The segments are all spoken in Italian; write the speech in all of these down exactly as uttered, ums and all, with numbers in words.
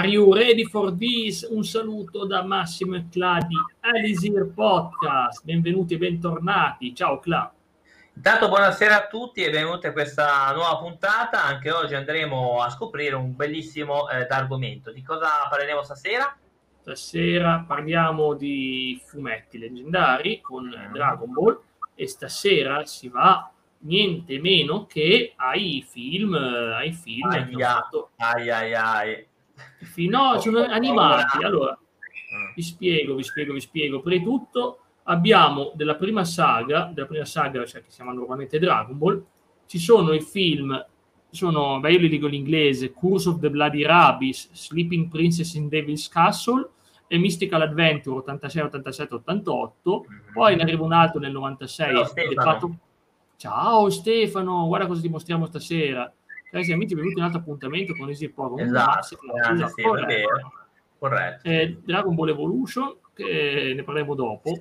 Are you ready for this? Un saluto da Massimo e Cla di Elisir Podcast. Benvenuti e bentornati. Ciao Cla. Intanto buonasera a tutti e benvenuti a questa nuova puntata. Anche oggi andremo a scoprire un bellissimo eh, argomento. Di cosa parleremo stasera? Stasera parliamo di fumetti leggendari con Dragon Ball e stasera si va niente meno che ai film, ai film Aia, che hanno fatto... ai ai ai. No, sono animati. Allora, vi spiego, vi spiego, vi spiego. Prima di tutto abbiamo della prima saga, della prima saga, cioè che si chiama normalmente Dragon Ball, ci sono i film, sono, beh, io li dico in inglese, Curse of the Bloody Rabbids, Sleeping Princess in Devil's Castle e Mystical Adventure ottantasei, ottantasette, ottantotto, mm-hmm. Poi ne arriva un altro nel novantasei. Ciao Stefano. Fatto... Ciao Stefano, guarda cosa ti mostriamo stasera. Cari amici, benvenuti in un altro appuntamento con Easy Power. Esatto, grande, sì, corretto. corretto. Eh, Dragon Ball Evolution, che ne parleremo dopo.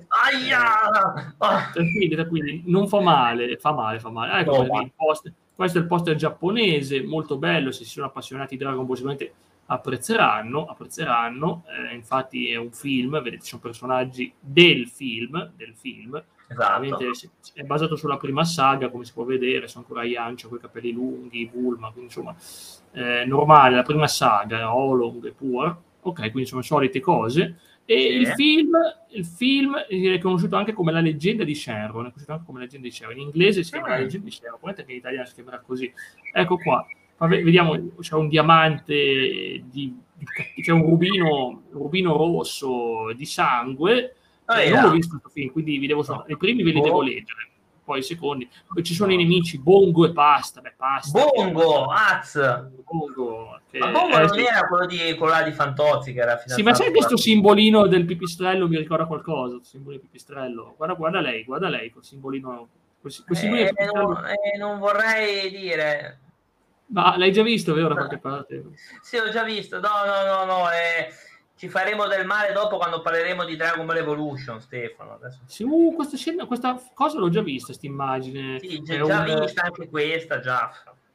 Aia! Eh, tranquilli, tranquilli, non fa male, fa male, fa male. Ecco, no, il poster, questo è il poster giapponese, molto bello, se si sono appassionati di Dragon Ball sicuramente apprezzeranno, apprezzeranno. Eh, infatti è un film, vedete, ci sono personaggi del film, del film. Esatto. È basato sulla prima saga, come si può vedere, sono ancora Yamcha con i capelli lunghi, Bulma, quindi insomma eh, normale, la prima saga, Oolong e Pur, ok, quindi sono solite cose. E sì. il film, il film è conosciuto anche come La leggenda di Shenron, è conosciuto anche come La leggenda di Shenron. In inglese si chiama La leggenda di Shenron, guardate che in italiano si chiamerà così. Ecco qua, vediamo, c'è un diamante di, di c'è un rubino, un rubino rosso di sangue. Oh, eh, yeah. Non l'ho visto questo film, quindi vi devo, no. I primi ve li oh. devo leggere, poi i secondi. Poi ci sono no. i nemici Bongo e Pasta. Beh, Pasta Bongo, Az! Bongo, che, ma Bongo eh, non sì. era quello di, quello là di Fantozzi che era fidanzato. Sì, ma c'è questo simbolino del pipistrello, mi ricorda qualcosa, il simbolo del pipistrello. Guarda, guarda lei, guarda lei, quel simbolino. Quel, quel simbolino eh, non, eh, non vorrei dire... Ma l'hai già visto, vero, da qualche parte? Sì, l'ho già visto. No, no, no, no, eh... ci faremo del male dopo quando parleremo di Dragon Ball Evolution, Stefano. Adesso. Sì, uh, questa, scena, questa cosa l'ho già vista, questa immagine. Sì, già, già un... vista anche questa, già.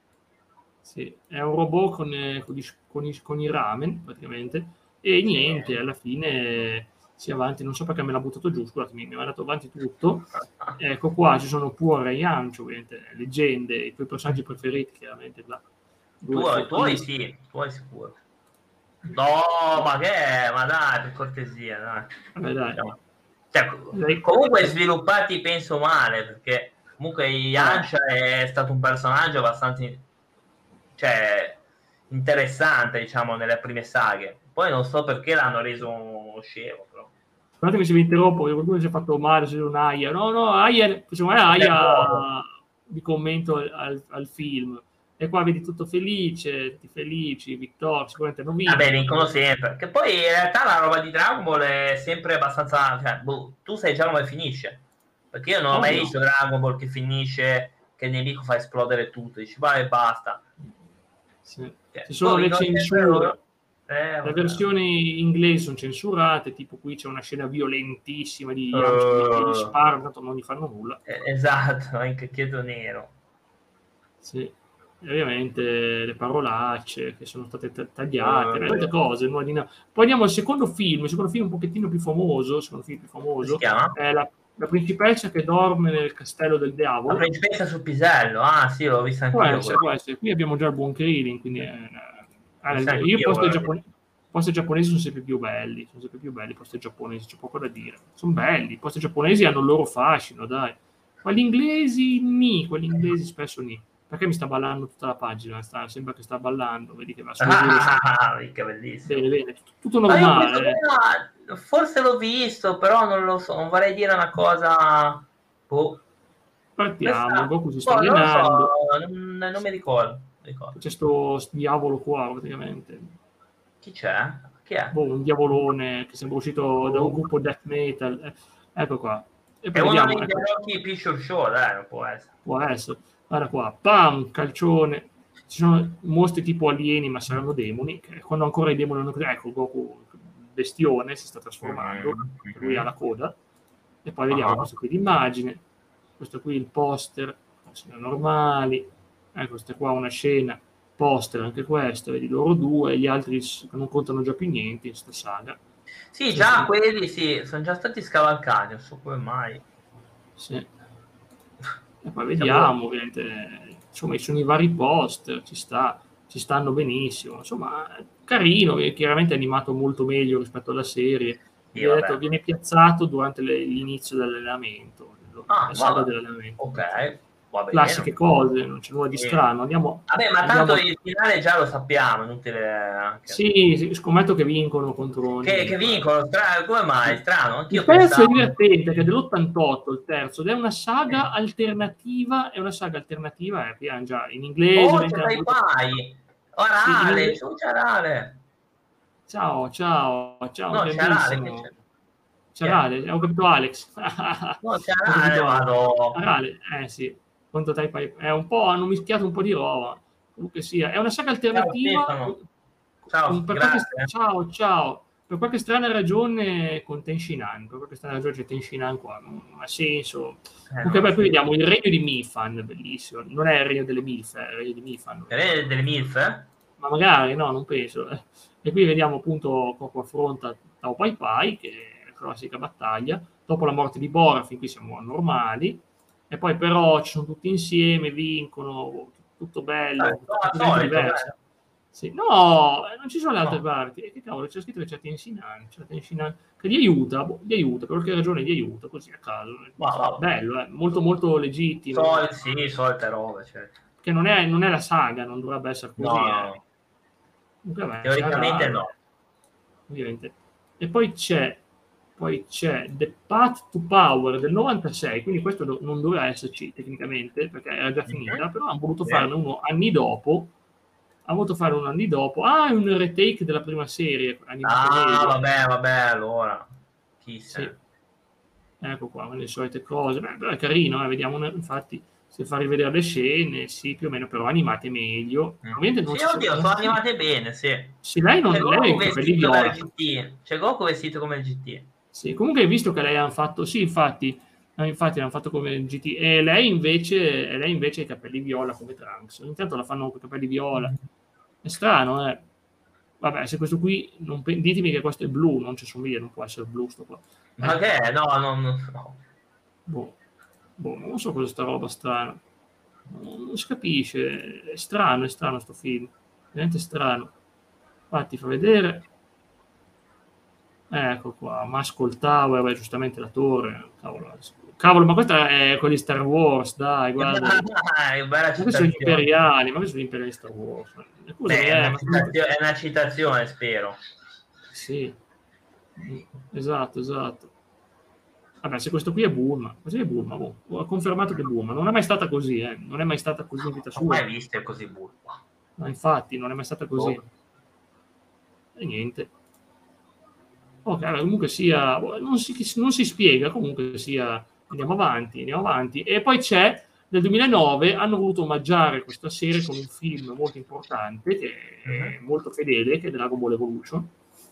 Sì, è un robot con, eh, con, i, con, i, con i ramen, praticamente, e niente, sì. Alla fine si avanti, non so perché me l'ha buttato giù, scusatemi, mi ha dato avanti tutto. Ecco qua, ci sono pure Yamcha, ovviamente, leggende, i tuoi personaggi preferiti, chiaramente. Là. Tu, tuoi sì, tuoi sicuro. No, ma che è? Ma dai, per cortesia, dai. Vabbè, dai. No. Cioè, comunque sviluppati penso male, perché comunque Yamcha è stato un personaggio abbastanza cioè, interessante, diciamo, nelle prime saghe. Poi non so perché l'hanno reso scemo, però. Guardate se mi interrompo, qualcuno si è fatto male, se un Aia. No, no, Aia, secondo me Aia di commento al, al film. E qua vedi tutto felice, tutti felici, Vittorio, sicuramente non vince. Vabbè, vincono sempre. Che poi in realtà la roba di Dragon Ball è sempre abbastanza... Cioè, boh, tu sai già come finisce. Perché io non ho oh, mai no. visto Dragon Ball che finisce, che il nemico fa esplodere tutto. Dici, vai e basta. Sì. Cioè, ci sono le censure. Eh, le versioni inglesi sono censurate, tipo qui c'è una scena violentissima di Yamcha uh, che gli sparano, tanto non gli fanno nulla. Eh, esatto, anche chiedo nero. Sì. E ovviamente le parolacce che sono state tagliate, uh, tante cose. Poi andiamo al secondo film, il secondo film un pochettino più famoso, il secondo film più famoso si chiama? È la, la principessa che dorme nel castello del diavolo. La principessa sul pisello, ah sì, l'ho vista anche può io. Essere, può essere. Qui abbiamo già il buon Krillin, quindi è, è, io, io posti giappone, posti giapponesi sono sempre più belli, sono sempre più belli i posti giapponesi, c'è poco da dire. Sono belli, i posti giapponesi hanno il loro fascino, dai. Quelli inglesi, ni, quelli inglesi spesso ni. Perché mi sta ballando tutta la pagina? Sta, sembra che sta ballando, vedi che va su. Ah, che bellissimo. Bene, bene, tutto normale. No, forse l'ho visto, però non lo so, non vorrei dire una cosa. Boh. Partiamo, Questa... Goku si sta oh, allenando. Non, so, non, non mi ricordo. ricordo. C'è sto diavolo qua, praticamente. Chi c'è? Chi è? Boh, un diavolone che sembra uscito oh. da un gruppo death metal. Eh, ecco qua. E poi è vediamo, uno dei ecco. Picture Show, dai, non può essere. Può essere. Guarda qua, pam, calcione. Ci sono mostri tipo alieni, ma saranno demoni. Che quando ancora i demoni non... Ecco, Goku, bestione, si sta trasformando. Mm-hmm. Lui ha la coda. E poi vediamo uh-huh. questo qui l'immagine. Questo qui il poster. Sono normali. Ecco, questa qua una scena poster anche questo, vedi loro due, gli altri non contano già più niente in questa saga. Sì, già sì. Quelli sì, sono già stati scavalcati, non so come mai. Sì. E poi vediamo, ovviamente, insomma, ci sono i vari poster, ci sta, ci stanno benissimo, insomma, carino, chiaramente animato molto meglio rispetto alla serie. Sì, detto, viene piazzato durante le, l'inizio dell'allenamento, ah, la saga dell'allenamento. Ok. Classiche cose, non c'è nulla di strano. Andiamo, Vabbè, ma andiamo... tanto il finale già lo sappiamo, inutile anche. Sì, sì, scommetto che vincono contro... Che, che vincono? Stra... Come mai? Strano? Anch'io il terzo pensavo... è divertente, che è dell'ottantotto il terzo, ed è una saga eh. alternativa, è una saga alternativa, eh, già in inglese... Oh, c'è voluto... Orale, sì, c'è Rale. Ciao, ciao, ciao, no, c'è Rale, che c'è? C'è Rale, ho capito Alex. no, c'è Rale, vado... Rale, eh sì. È un po', hanno mischiato un po' di roba. Comunque sia, è una saga alternativa. Ciao, ciao, per qualche, ciao, ciao. Per qualche strana ragione con Tenshinhan, per qualche strana ragione c'è Tenshinhan qua, non ha senso. Eh, Comunque, beh, poi vediamo il regno di Mifan, bellissimo. Non è il regno delle MILF, è il regno di Mifan. Il regno delle MILF? Ma magari, no, non penso. E qui vediamo appunto Coco affronta Tao Pai Pai, che è la classica battaglia. Dopo la morte di Bora, fin qui siamo normali. E poi però ci sono tutti insieme, vincono, tutto bello, eh, tutta no, gente diversa. Sì. No, non ci sono le altre no. parti. E che cavolo, c'è scritto che c'è Tenshinhan, c'è Tenshinhan che gli aiuta, boh, gli aiuta, per qualche ragione gli aiuta, così a caso. Wow. Bello, eh? molto molto legittimo. Sol, sì, solite robe, certo. Che non è, non è la saga, non dovrebbe essere così. No, eh. Comunque, teoricamente saga, no. Ovviamente. E poi c'è Poi c'è The Path to Power del novantasei, quindi questo do- non doveva esserci tecnicamente, perché era già finita, mm-hmm. però hanno voluto yeah. farne uno anni dopo, hanno voluto fare uno anni dopo, ah, è un retake della prima serie. Ah, meglio. vabbè, vabbè, allora. Chissà. Sì. Ecco qua, le solite cose, beh, però è carino, eh, vediamo, infatti, se fa rivedere le scene, sì, più o meno, però animate meglio. Mm. Ovviamente non sì, oddio, sono, sono animate bene, sì. Sì, lei non c'è lei Goku vestito come il G T, c'è Goku vestito come il G T. Sì, comunque hai visto che lei hanno fatto, sì, infatti, infatti l'hanno fatto come il G T, e lei invece, e lei invece ha i capelli viola come Trunks. Ogni tanto la fanno con i capelli viola. È strano, eh. Vabbè, se questo qui, non, ditemi che questo è blu, non ci somiglia, non può essere blu sto qua. Ma eh. che è? No, no, no. no. Boh. boh, non so cosa sta roba strana. Non, non si capisce, è strano, è strano sto film. Veramente strano. Infatti, fa vedere... Ecco qua, ma ascoltavo, beh, giustamente la torre, cavolo, cavolo, ma questa è quelli di Star Wars, dai, guarda. Dai, ma questi sono gli imperiali, ma questi sono gli imperiali di Star Wars. Beh, è, una citazione, è una citazione, spero. Sì, esatto, esatto. Vabbè, se questo qui è Bulma, così è Bulma, boh. Ho confermato che è Bulma, non è mai stata così, eh. non è mai stata così in vita sua. Non mai vista così Bulma. Ma infatti, non è mai stata così. Oh. E niente. Ok, comunque sia, non si, non si spiega, comunque sia, andiamo avanti, andiamo avanti. E poi c'è, nel duemilanove, hanno voluto omaggiare questa serie con un film molto importante, che è molto fedele, che è Dragon Ball Evolution.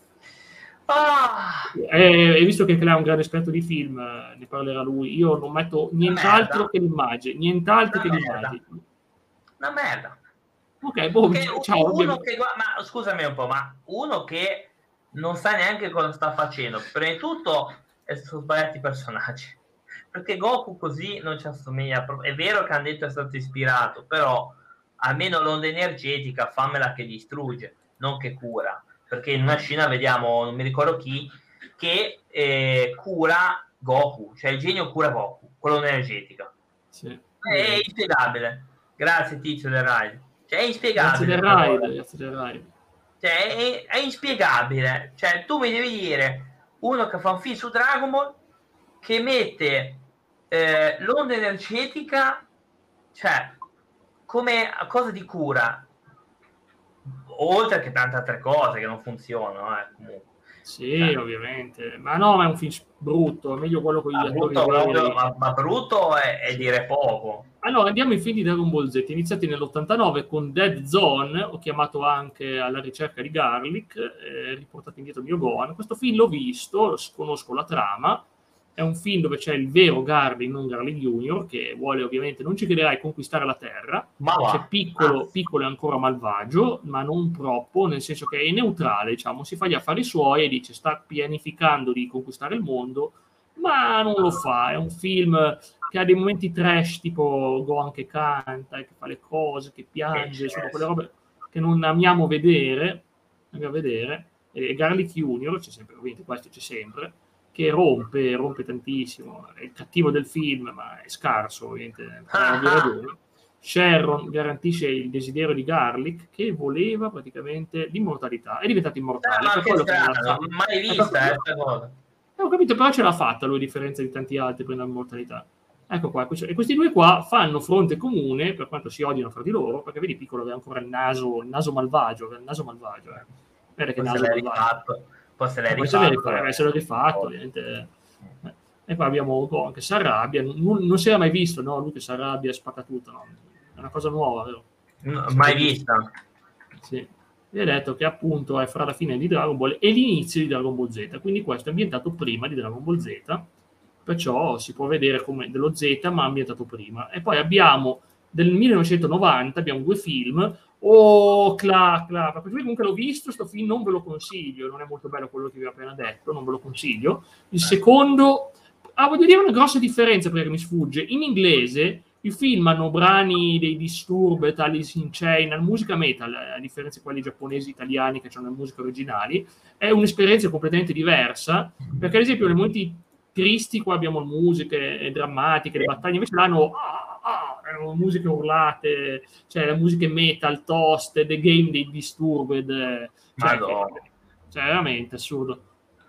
Ah! E, e visto che lei ha un grande esperto di film, ne parlerà lui, io non metto nient'altro che l'immagine, nient'altro che l'immagine. Una merda. Ok, boh, ciao. Uno che, ma scusami un po', ma uno che non sa neanche cosa sta facendo. Prima di tutto sono sbagliati i personaggi, perché Goku così non ci assomiglia. È vero che hanno detto è stato ispirato, però almeno l'onda energetica fammela che distrugge, non che cura, perché in una scena vediamo, non mi ricordo chi, che eh, cura Goku, cioè il genio cura Goku con l'onda energetica. Sì. È inspiegabile. Grazie Tizio del Ride, cioè è inspiegabile. Grazie del Ride, grazie del Ride. Cioè, è, è inspiegabile. Cioè, tu mi devi dire uno che fa un film su Dragon Ball che mette eh, l'onda energetica, cioè, come cosa di cura, oltre che tante altre cose che non funzionano, eh, comunque. Sì, eh. ovviamente. Ma no, ma è un film brutto, è meglio quello con gli ma attori brutto, proprio, ma, ma brutto è, è dire poco. Allora, andiamo ai film di Dragon Ball Z, iniziati nell'ottantanove con Dead Zone, ho chiamato anche Alla ricerca di Garlic, eh, riportato indietro Mio Gohan. Questo film l'ho visto, conosco la trama, è un film dove c'è il vero Garlic, non Garlic Junior, che vuole ovviamente, non ci crederai, conquistare la Terra. Ma va. C'è piccolo, piccolo e ancora malvagio, ma non troppo, nel senso che è neutrale, diciamo, si fa gli affari suoi e dice sta pianificando di conquistare il mondo, ma non lo fa. È un film che ha dei momenti trash, tipo Gohan che canta, che fa le cose, che piange, sono quelle robe che non amiamo vedere, amiamo vedere. E Garlic Junior, c'è sempre, ovviamente questo c'è sempre, che rompe, rompe tantissimo, è il cattivo del film, ma è scarso, ovviamente, per ovvie ragioni. Sharon garantisce il desiderio di Garlic, che voleva praticamente l'immortalità, è diventato immortale. Ah, per che quello strano, che non l'ho mai vista questa cosa. Eh, ho capito, però ce l'ha fatta lui, a differenza di tanti altri, per l'immortalità. Ecco qua, e questi due qua fanno fronte comune, per quanto si odiano fra di loro, perché vedi Piccolo aveva ancora il naso, il naso malvagio, il naso malvagio, eh. Vedi che Poi naso se l'hai malvagio. rifatto, poi se l'hai Poi rifatto, se l'è rifatto, se l'è rifatto ovviamente. Eh. E poi abbiamo oh, anche Sarrabbia, non, non si era mai visto, no? Lui che Sarrabbia spacca tutto, no? È una cosa nuova, vero? No, mai vista. Sì. Vi ha detto che appunto è fra la fine di Dragon Ball e l'inizio di Dragon Ball Z, quindi questo è ambientato prima di Dragon Ball Z, perciò si può vedere come dello Z, ma ambientato prima. E poi abbiamo del millenovecentonovanta, abbiamo due film. Oh, cla, cla, perché comunque l'ho visto, sto film non ve lo consiglio, non è molto bello quello che vi ho appena detto, non ve lo consiglio. Il secondo, ah, voglio dire una grossa differenza perché mi sfugge, in inglese i film hanno brani dei Disturbed, Alice in Chains, musica metal, a differenza di quelli giapponesi, italiani che hanno le musiche originali, è un'esperienza completamente diversa, perché ad esempio nei momenti tristi qua abbiamo musiche drammatiche, le battaglie, invece l'hanno ah, ah, erano musiche urlate, cioè le musiche metal, toast, The Game dei Disturbed, cioè, cioè veramente assurdo.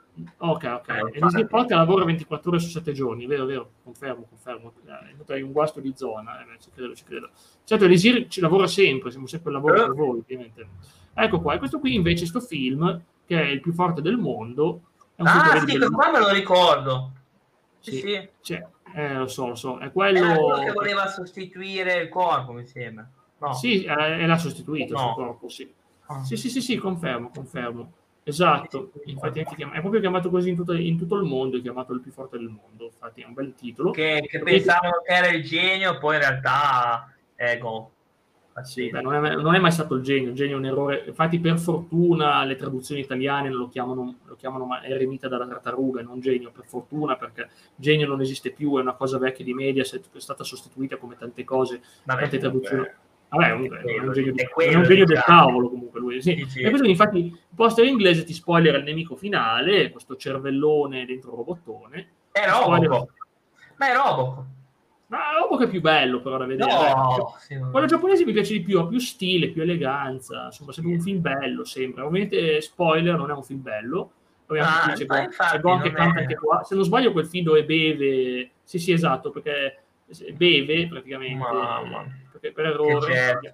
Ok, ok. Eh, e Disney Podcast lavora ventiquattro ore su sette giorni, vero, vero, confermo, confermo. È un guasto di zona, eh, ci credo, ci credo. Certo, Elisir ci lavora sempre, siamo sempre al lavoro per voi, ovviamente. Ecco qua, e questo qui invece, sto film, che è il più forte del mondo. È un ah, sì, questo qua me lo ricordo. Sì, sì. sì. Cioè, eh, lo so, lo so. È quello... Era quello che voleva sostituire il corpo, mi sembra. No. Sì, eh, l'ha sostituito no. il suo corpo, sì. Ah. Sì, sì, sì, sì, confermo, confermo. Esatto, infatti è proprio chiamato così in tutto, in tutto il mondo, è chiamato il più forte del mondo, infatti è un bel titolo. Che, che pensavano che era il genio, poi in realtà è Go. Sì, beh, non, è, non è mai stato il genio, il genio è un errore, infatti per fortuna le traduzioni italiane lo chiamano, lo chiamano eremita dalla tartaruga, non genio, per fortuna, perché genio non esiste più, è una cosa vecchia di Mediaset, è stata sostituita come tante cose, Vabbè, tante traduzioni. Beh. Vabbè, comunque, è, è un genio, è quello, è un genio del cavolo comunque lui, sì. Sì, sì. E questo infatti il poster in inglese ti spoilera il nemico finale, questo cervellone dentro un robottone. È Robocop. Ma è Robocop. Ma Robocop è più bello però da vedere. No, sì, quello giapponese mi piace di più, ha più stile, più eleganza, insomma, sembra un film bello, sembra. Ovviamente spoiler, non è un film bello. Ovviamente ah, c'è Gon, c'è Gon che canta anche qua. Se non sbaglio quel film dove beve, sì sì esatto, perché beve praticamente. Mamma. Perché per errore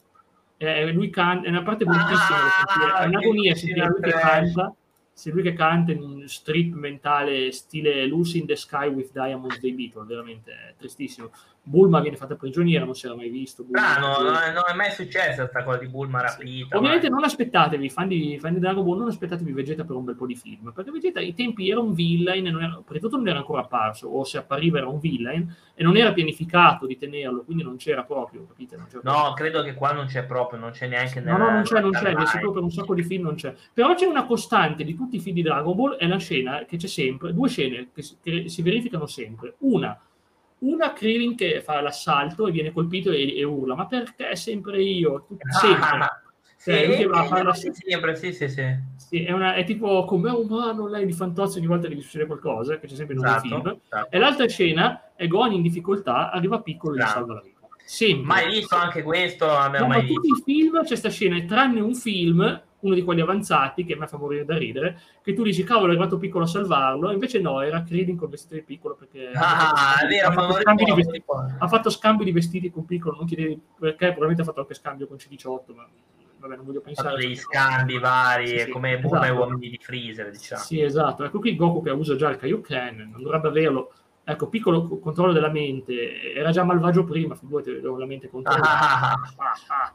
eh, lui canta, è una parte bruttissima ah, è un'agonia sentire lui che canta, se lui che canta in un strip mentale stile Lucy in the Sky with Diamonds dei Beatles, veramente è tristissimo. Bulma viene fatta prigioniera, non si era mai visto. Ah, no, non è, non è mai successa questa cosa di Bulma rapita. Sì. Ovviamente mai. Non aspettatevi, fan di, fan di Dragon Ball, non aspettatevi Vegeta per un bel po' di film, perché Vegeta ai tempi era un villain, e non era, prima di tutto non era ancora apparso, o se appariva era un villain, e non era pianificato di tenerlo, quindi non c'era proprio, capite? Non c'era no, proprio. Credo che qua non c'è proprio, non c'è neanche no, no, non c'è, non c'è, vi assicuro, per un sacco di film non c'è. Però c'è una costante di tutti i film di Dragon Ball, è la scena che c'è sempre, due scene che si, che si verificano sempre. Una, una Krillin che fa l'assalto e viene colpito e, e urla, ma perché sempre io? Sempre. Ah, cioè, sì, va a fare la... sempre, sì, sì, sì. Sì, è, una, è tipo come è umano lei di Fantozzi ogni volta che gli succede qualcosa, che c'è sempre in esatto, un film. Esatto. E l'altra scena è Gohan in difficoltà, arriva Piccolo e gli salva la vita. Sempre. Mai visto anche questo? No, mai ma visto. Tutti i film c'è sta scena, tranne un film, uno di quelli avanzati, che a me fa morire da ridere, che tu dici, cavolo, è arrivato Piccolo a salvarlo, invece no, era Krillin col vestito di Piccolo, perché ah, ha, vero, ha, fatto scambio di vestiti, ha fatto scambio di vestiti con Piccolo, non chiedevi perché, probabilmente ha fatto anche scambio con C diciotto, ma vabbè, non voglio pensare. Degli scambi vari, sì, sì, come Bulma esatto. E uomini di Freezer, diciamo. Sì, esatto. Ecco qui Goku che usa già il Kaioken, non dovrebbe averlo. Ecco, Piccolo controllo della mente, era già malvagio prima, figurati, avevo la mente controllata. Ah, ah, ah.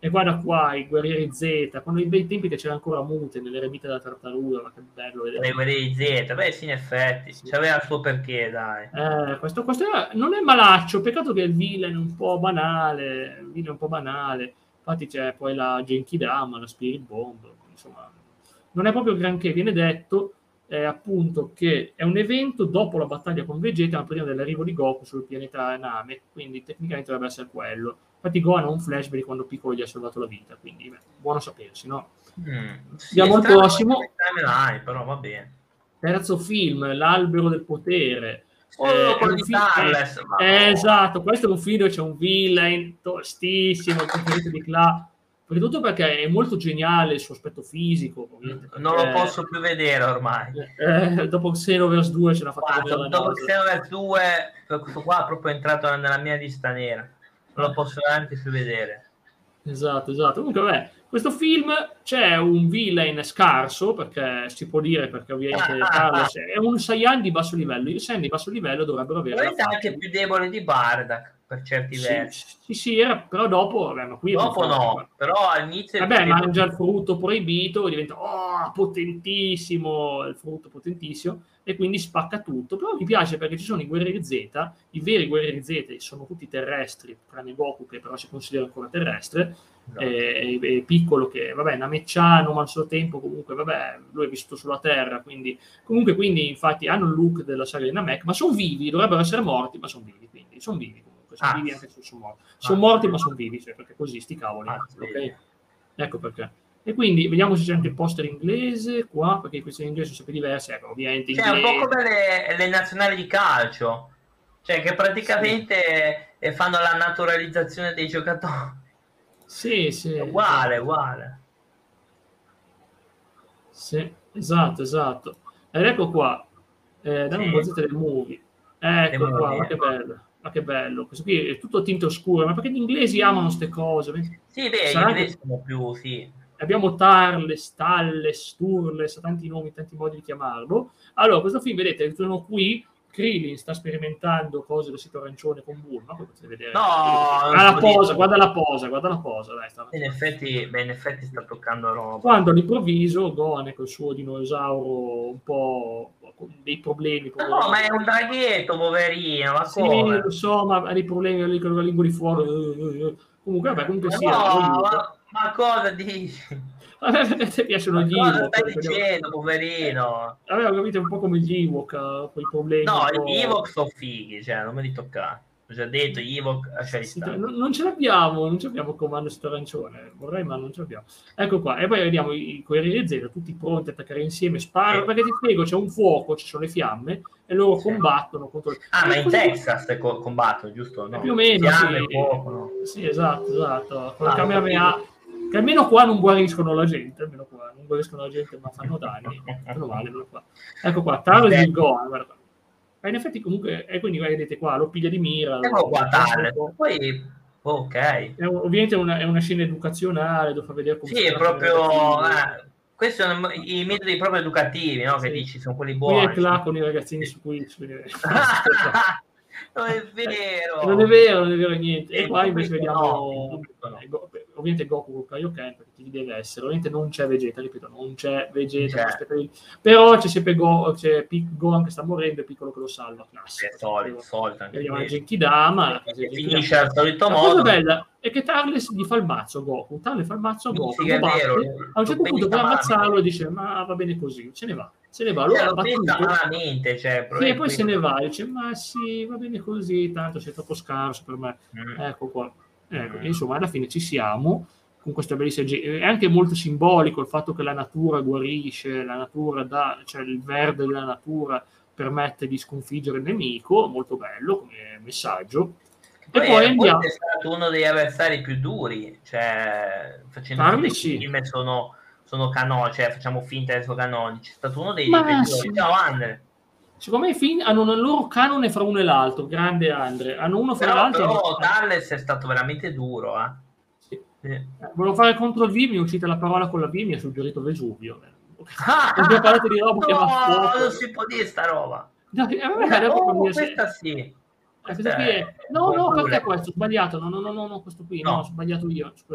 e guarda qua i Guerrieri Z, quando i bei tempi che c'era ancora Mute nelle remite della tartaruga, ma che bello vedere. I Guerrieri Z, beh sì, in effetti, sì. C'aveva il suo perché, dai. Eh, questo, questo era, non è malaccio, peccato che il villain è un po' banale, il villain è un po' banale, infatti c'è poi la Genkidama, la Spirit Bomb, insomma, non è proprio granché, viene detto eh, appunto che è un evento dopo la battaglia con Vegeta, ma prima dell'arrivo di Goku sul pianeta Namek, quindi tecnicamente dovrebbe essere quello. Infatti Gohan ha un flashback di quando Piccolo gli ha salvato la vita, quindi beh, buono sapersi, no? Mm, sì, Andiamo al prossimo. Timeline, però va bene. Terzo film, L'albero del potere. Oh, eh, quello di Tarles, fi- eh, esatto, questo è un film dove c'è un villain tostissimo, il preferito di Cla. Soprattutto perché è molto geniale il suo aspetto fisico. Non lo posso più vedere ormai. Eh, dopo Xenoverse due ce l'ha fatta Guarda, vedere dopo Xenoverse due, questo qua è proprio entrato nella mia lista nera. Non lo posso veramente più vedere. Esatto, esatto. Comunque, vabbè, questo film c'è un villain scarso, perché si può dire, perché ovviamente Carlos è un Saiyan di basso livello. I Saiyan di basso livello dovrebbero avere la faccia anche più debole di Bardak per certi sì, versi. Sì, sì, era, però dopo, vabbè, ma qui dopo no, qua. Però all'inizio vabbè, mangia il frutto proibito, diventa oh, potentissimo, il frutto potentissimo, e quindi spacca tutto. Però mi piace perché ci sono i Guerrieri Z, i veri Guerrieri Z sono tutti terrestri, tranne Goku che però si considera ancora terrestre, no. e, e, e Piccolo che, vabbè, Namecciano, ma al suo tempo comunque, vabbè, lui è vissuto sulla Terra, quindi comunque, quindi infatti hanno il look della saga di Namek, ma sono vivi, dovrebbero essere morti, ma sono vivi, quindi sono vivi comunque, sono ah, vivi anche se sono morti. Sono ah, morti, ma sono vivi, cioè, perché così sti cavoli, ah, ok? Ecco perché. E quindi vediamo se c'è anche il poster inglese qua, perché questi in inglese sono sempre diversi, ecco, ovviamente cioè, inglese. È un po' come le, le nazionali di calcio, cioè che praticamente sì. fanno la naturalizzazione dei giocatori. Sì, sì. È uguale, esatto. uguale. Sì, esatto, esatto. Ed ecco qua, eh, Dragon Ball Z del movie. Ecco qua, movie, ma che bello. Ma che bello, questo qui è tutto tinte oscure, ma perché gli inglesi amano queste cose? Sì, beh, Sarà gli inglesi che... sono più, sì. Abbiamo Tarles, Talles, Turles, tanti nomi, tanti modi di chiamarlo. Allora, questo film, vedete, ritorno qui, Krillin sta sperimentando cose del sito arancione con Bulma, poi potete vedere. No, ah, la posa, guarda la posa, guarda la posa. Dai, sta... in, effetti, beh, in effetti sta toccando roba. Quando all'improvviso Gohan col suo dinosauro un po' con dei problemi. Poverino. No, ma è un draghetto, poverino. Ma sì, come? lo so, ma ha dei problemi con la lingua di fuori. Comunque, vabbè, comunque ma sia. No, ma, ma cosa dici? A me piacciono gli Ewok. Cosa stai dicendo, poverino? Avevo capito un po' come gli Ewok, quei problemi. No, gli Ewok sono fighi, cioè, non me li toccare. Ho già detto, gli Ewok lasciali sì, stare. non, non ce l'abbiamo, non ce l'abbiamo il comando sto arancione, vorrei ma non ce l'abbiamo. Ecco qua, e poi vediamo i Guerrieri Z, tutti pronti a attaccare insieme, sparano, sì. Perché ti spiego, c'è un fuoco, ci sono le fiamme, e loro sì. combattono contro... Ah, e ma in Texas che... combattono, giusto? No. Più o meno, fiamme, sì. Fuoco, no? Sì, esatto, esatto. Con ah, la camera che almeno qua non guariscono la gente, almeno qua non guariscono la gente, ma fanno danni. Meno male, meno qua. Ecco qua, Tarles il Gohan, guarda. Ma in effetti comunque, e quindi vedete qua, lo piglia di mira. Ecco qua, Tarles. Poi, ok. È, ovviamente è una, è una scena educazionale, dove fa vedere come sì, è proprio... Eh, questi sono i metodi proprio educativi, no? Che sì. dici, sono quelli buoni. Qui è là con i ragazzini su cui... Su... non è vero! Non è vero, non è vero niente. E, e qua invece vediamo... No, no. Ovviamente Goku con Kaioken, perché ci deve essere. Ovviamente non c'è Vegeta, ripeto, non c'è Vegeta. C'è. Però c'è sempre Go, c'è Gohan che sta morendo e Piccolo che lo salva. Classico. È solito, solito. Vediamo la Genkidama. E finisce al solito la modo. La cosa bella è che Tarles gli fa il mazzo a Goku. Tarles fa il mazzo a Goku. Sì, è vero, a un certo punto vuole ammazzarlo e dice ma va bene così, se ne va. Se ne va, allora lo pensa malamente, cioè, sì, e poi se ne va e dice ma sì, va bene così, tanto sei troppo scarso per me. Mm. Ecco qua. Ecco, mm. Insomma, alla fine ci siamo con questa bellissima. È anche molto simbolico il fatto che la natura guarisce, la natura dà, cioè il verde della natura permette di sconfiggere il nemico, molto bello come messaggio. Poi, e poi andiamo. È stato uno degli avversari più duri, cioè facendo Parli, sì. film sono sono canonici, cioè facciamo finta che sono canonici. È stato uno dei peggiori. Sì. Ciao Andre. Secondo me i film hanno il loro canone fra uno e l'altro, grande Andre. Hanno uno fra però, l'altro. Però Dalles è stato veramente duro, eh. Sì. Sì. Volevo fare contro il V, mi è uscita la parola con la V, mi ha suggerito Vesuvio. Ah, ho già parlato di roba che no, va fuoco. Non si può dire sta roba. No, eh, vabbè, oh, questa se... sì. Eh, questo qui è... No, no, perché questo? Ho sbagliato. No, no, no, no, no questo qui. No, no ho sbagliato io, scusami.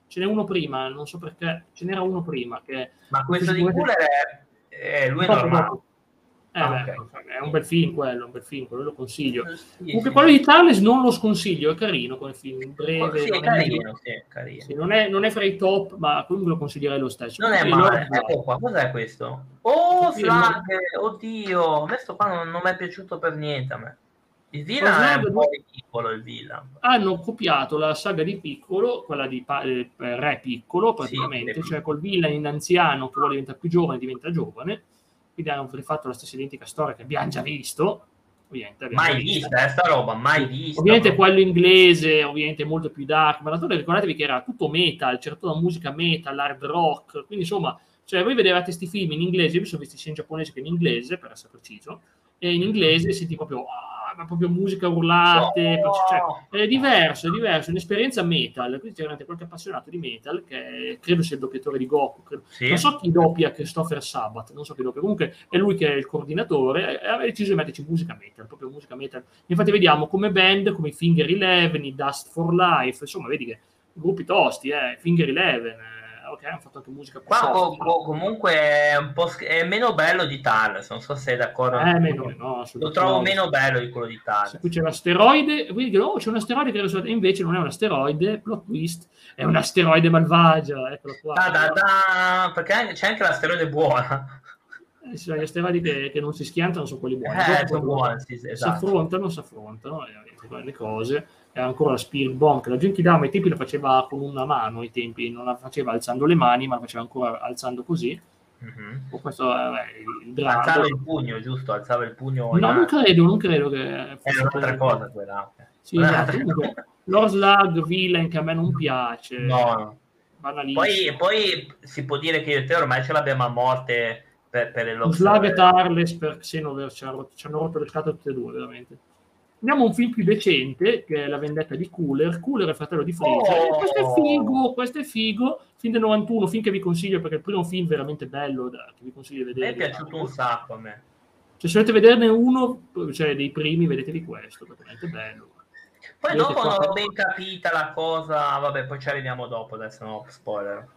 ce n'è uno prima, non so perché, ce n'era uno prima. Che Ma questo di Cooler è, è lui è normale. Eh, ah, beh, okay. È un bel film quello, un bel film, quello lo consiglio. Sì, Comunque sì. quello di Thales non lo sconsiglio, è carino come film, breve. Sì, non è carino, è sì, carino. Sì, non, è, non è fra i top, ma comunque lo consiglierei lo stesso. Non è male. Ecco qua, cos'è questo? Oh, Slug! Oddio, a me sto qua non, non mi è piaciuto per niente a me. Il Villain è un po' piccolo, il Villain. Hanno copiato la saga di Piccolo, quella di eh, Re Piccolo, praticamente, sì, cioè col Villain anziano che vuole diventare più giovane, diventa giovane. Quindi hanno rifatto la stessa identica storia che abbiamo già visto. Ovviamente, mai vista, eh, sta roba, mai vista. Ovviamente proprio. Quello inglese, ovviamente molto più dark, ma d'altronde ricordatevi che era tutto metal, c'era tutta la musica metal, hard rock, quindi insomma, cioè voi vedevate questi film in inglese, io mi sono visti sia in giapponese che in inglese, per essere preciso, e in inglese senti proprio, ah, ma proprio musica urlate, oh. Cioè, è diverso, è diverso, è un'esperienza metal, quindi c'è qualche appassionato di metal, che credo sia il doppiatore di Goku, credo. Sì. Non so chi doppia Christopher Sabat, non so chi doppia, comunque è lui che è il coordinatore, e ha deciso di metterci musica metal, proprio musica metal. Infatti vediamo come band, come i Finger Eleven, i Dust for Life, insomma, vedi che gruppi tosti, eh, Finger Eleven, ok, hanno fatto anche musica più qua soft, co- co- comunque è un po' sch- è meno bello di Thales, non so se sei d'accordo. Eh, meno, no, lo trovo meno bello di quello di Thales. Qui c'è l'asteroide, quindi dicono, oh, c'è un asteroide che risolve, invece non è un asteroide, plot twist, è un asteroide malvagio, eccolo qua. Da, da, da, perché c'è anche l'asteroide buona. Eh, sì, gli asteroidi che, che non si schiantano sono quelli buoni. Eh, sono buoni, sì, sì, esatto. Si affrontano, si affrontano, eh, le cose. E ancora la Spirit Bomb, che la Genkidama ai tempi la faceva con una mano, ai tempi non la faceva alzando le mani, ma la faceva ancora alzando così. Mm-hmm. O questo è il drago. Alzava il pugno, giusto? Alzava il pugno. No, non credo, non credo che fosse. È un'altra cosa quella. Sì, esatto. Comunque, Lord Slug, Villain, che a me non piace. No. Poi, poi si può dire che io e te ormai ce l'abbiamo a morte per, per il Slug e Tarles per Xenoverse ci hanno, ci hanno rotto le scatole tutte e due, veramente. Andiamo a un film più decente, che è La vendetta di Cooler. Cooler è il fratello di Freezer. Oh! Questo è figo, questo è figo. Film del novantuno, film che vi consiglio, perché è il primo film veramente bello da, che vi consiglio di vedere. Mi è piaciuto un sacco a me. Cioè, se volete vederne uno, cioè dei primi, vedetevi questo, perché è veramente bello. Poi vedete dopo qua, non ho ben capita la cosa, vabbè, poi ci arriviamo dopo, adesso no, spoiler.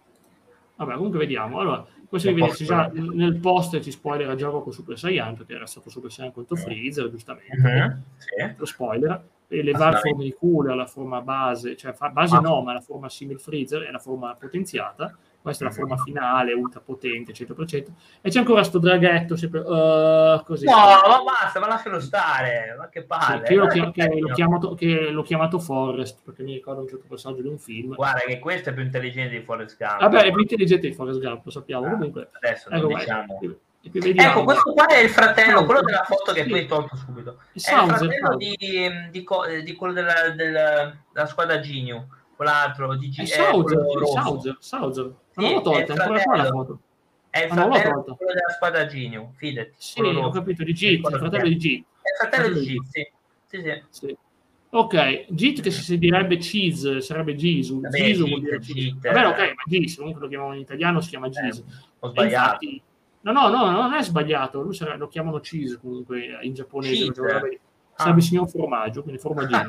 Vabbè, comunque vediamo. Allora, questo vi vedete già nel post ci spoiler a gioco con Super Saiyan, perché era stato Super Saiyan contro Freezer, giustamente. Mm-hmm. Sì. Lo spoiler. E le varie forme di Cooler, la forma base, cioè base ah. no, ma la forma simil Freezer è la forma potenziata. Questa è la forma finale, ultra potente, eccetera, eccetera. E c'è ancora sto draghetto, sempre uh, così. No, ma basta, ma lascialo stare, ma che palle. Sì, che, io chiam- che, l'ho chiamato, che l'ho chiamato Forrest, perché mi ricordo un certo passaggio di un film. Guarda che questo è più intelligente di Forrest Gump. Vabbè, è più intelligente di Forrest Gump, lo sappiamo. Ah, comunque, adesso ecco, non diciamo. Vai, e più vediamo. Ecco, questo qua è il fratello, quello della foto che sì. tu hai tolto subito. È Sauser, il fratello di, di, di quello della, della, della squadra Ginyu. Quell'altro di G- è Sauser, è Sauser, Sauser. Sì, non l'ho tolta, è ancora qua la foto. È il fratello quello della squadra Ginyu, fidati. Sì, ho capito, di Jit, il fratello di Jit. È il fratello di Jit, sì. Sì, sì. sì. Ok, Jit che si direbbe Cheese, sarebbe Gisu. Vabbè, Gisu Jit, vuol dire Jit. Vabbè, ok, ma Gisu, comunque lo chiamano in italiano, si chiama Gisu. Eh, ho sbagliato. Infatti, no, no, no, non è sbagliato, lui sarà, lo chiamano Cheese comunque in giapponese. Sarebbe il signor formaggio, quindi formaggino.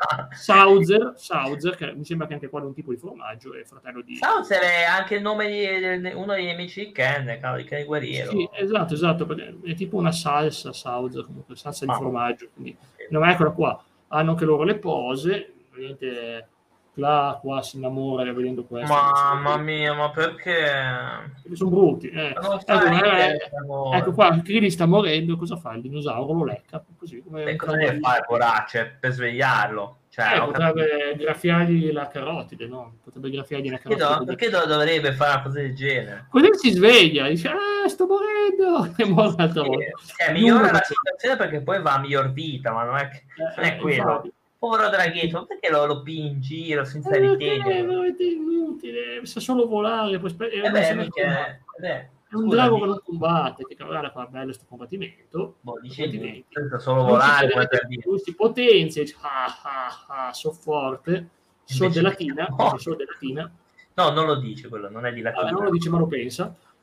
Sauser, Sauser, che mi sembra che anche qua è un tipo di formaggio, è fratello di... Sauser è anche il nome di uno degli amici di Ken, cavolo, di Ken Guerriero. Sì, esatto, esatto, è tipo una salsa, Sauser, comunque salsa di ah, formaggio. Quindi, no, eccola qua, hanno anche loro le pose, ovviamente... Là, qua si innamora vedendo questo. Mamma mia, ma perché? Sono brutti. Eh. Ecco, eh, ecco qua, Krillin sta morendo, cosa fa? Il dinosauro lo lecca. Così, come e cosa deve fare, poracce, per svegliarlo? Cioè, eh, potrebbe graffiargli la carotide, no? Potrebbe graffiargli la carotide. Perché, do, perché do, dovrebbe fare una cosa del genere? Così si sveglia, dice, ah, sto morendo! E muore un'altra sì, volta. Cioè, migliora la situazione perché poi va a miglior vita, ma non è, che, eh, non è quello. Infatti. Povero draghetto, perché lo, lo pini in giro senza eh, ritegno? È veramente inutile, sa solo volare. Poi spe- eh beh, mica, eh beh, è un scusami. Drago che non combatte, che guarda qua bello questo combattimento. Boh, dicevi, senza solo volare, si potenzia, dice, ah, ah, ah, so forte, so della latina, no. so della latina. No, non lo dice quello, non è di latina. Ah, non lo dice, ma lo pensa.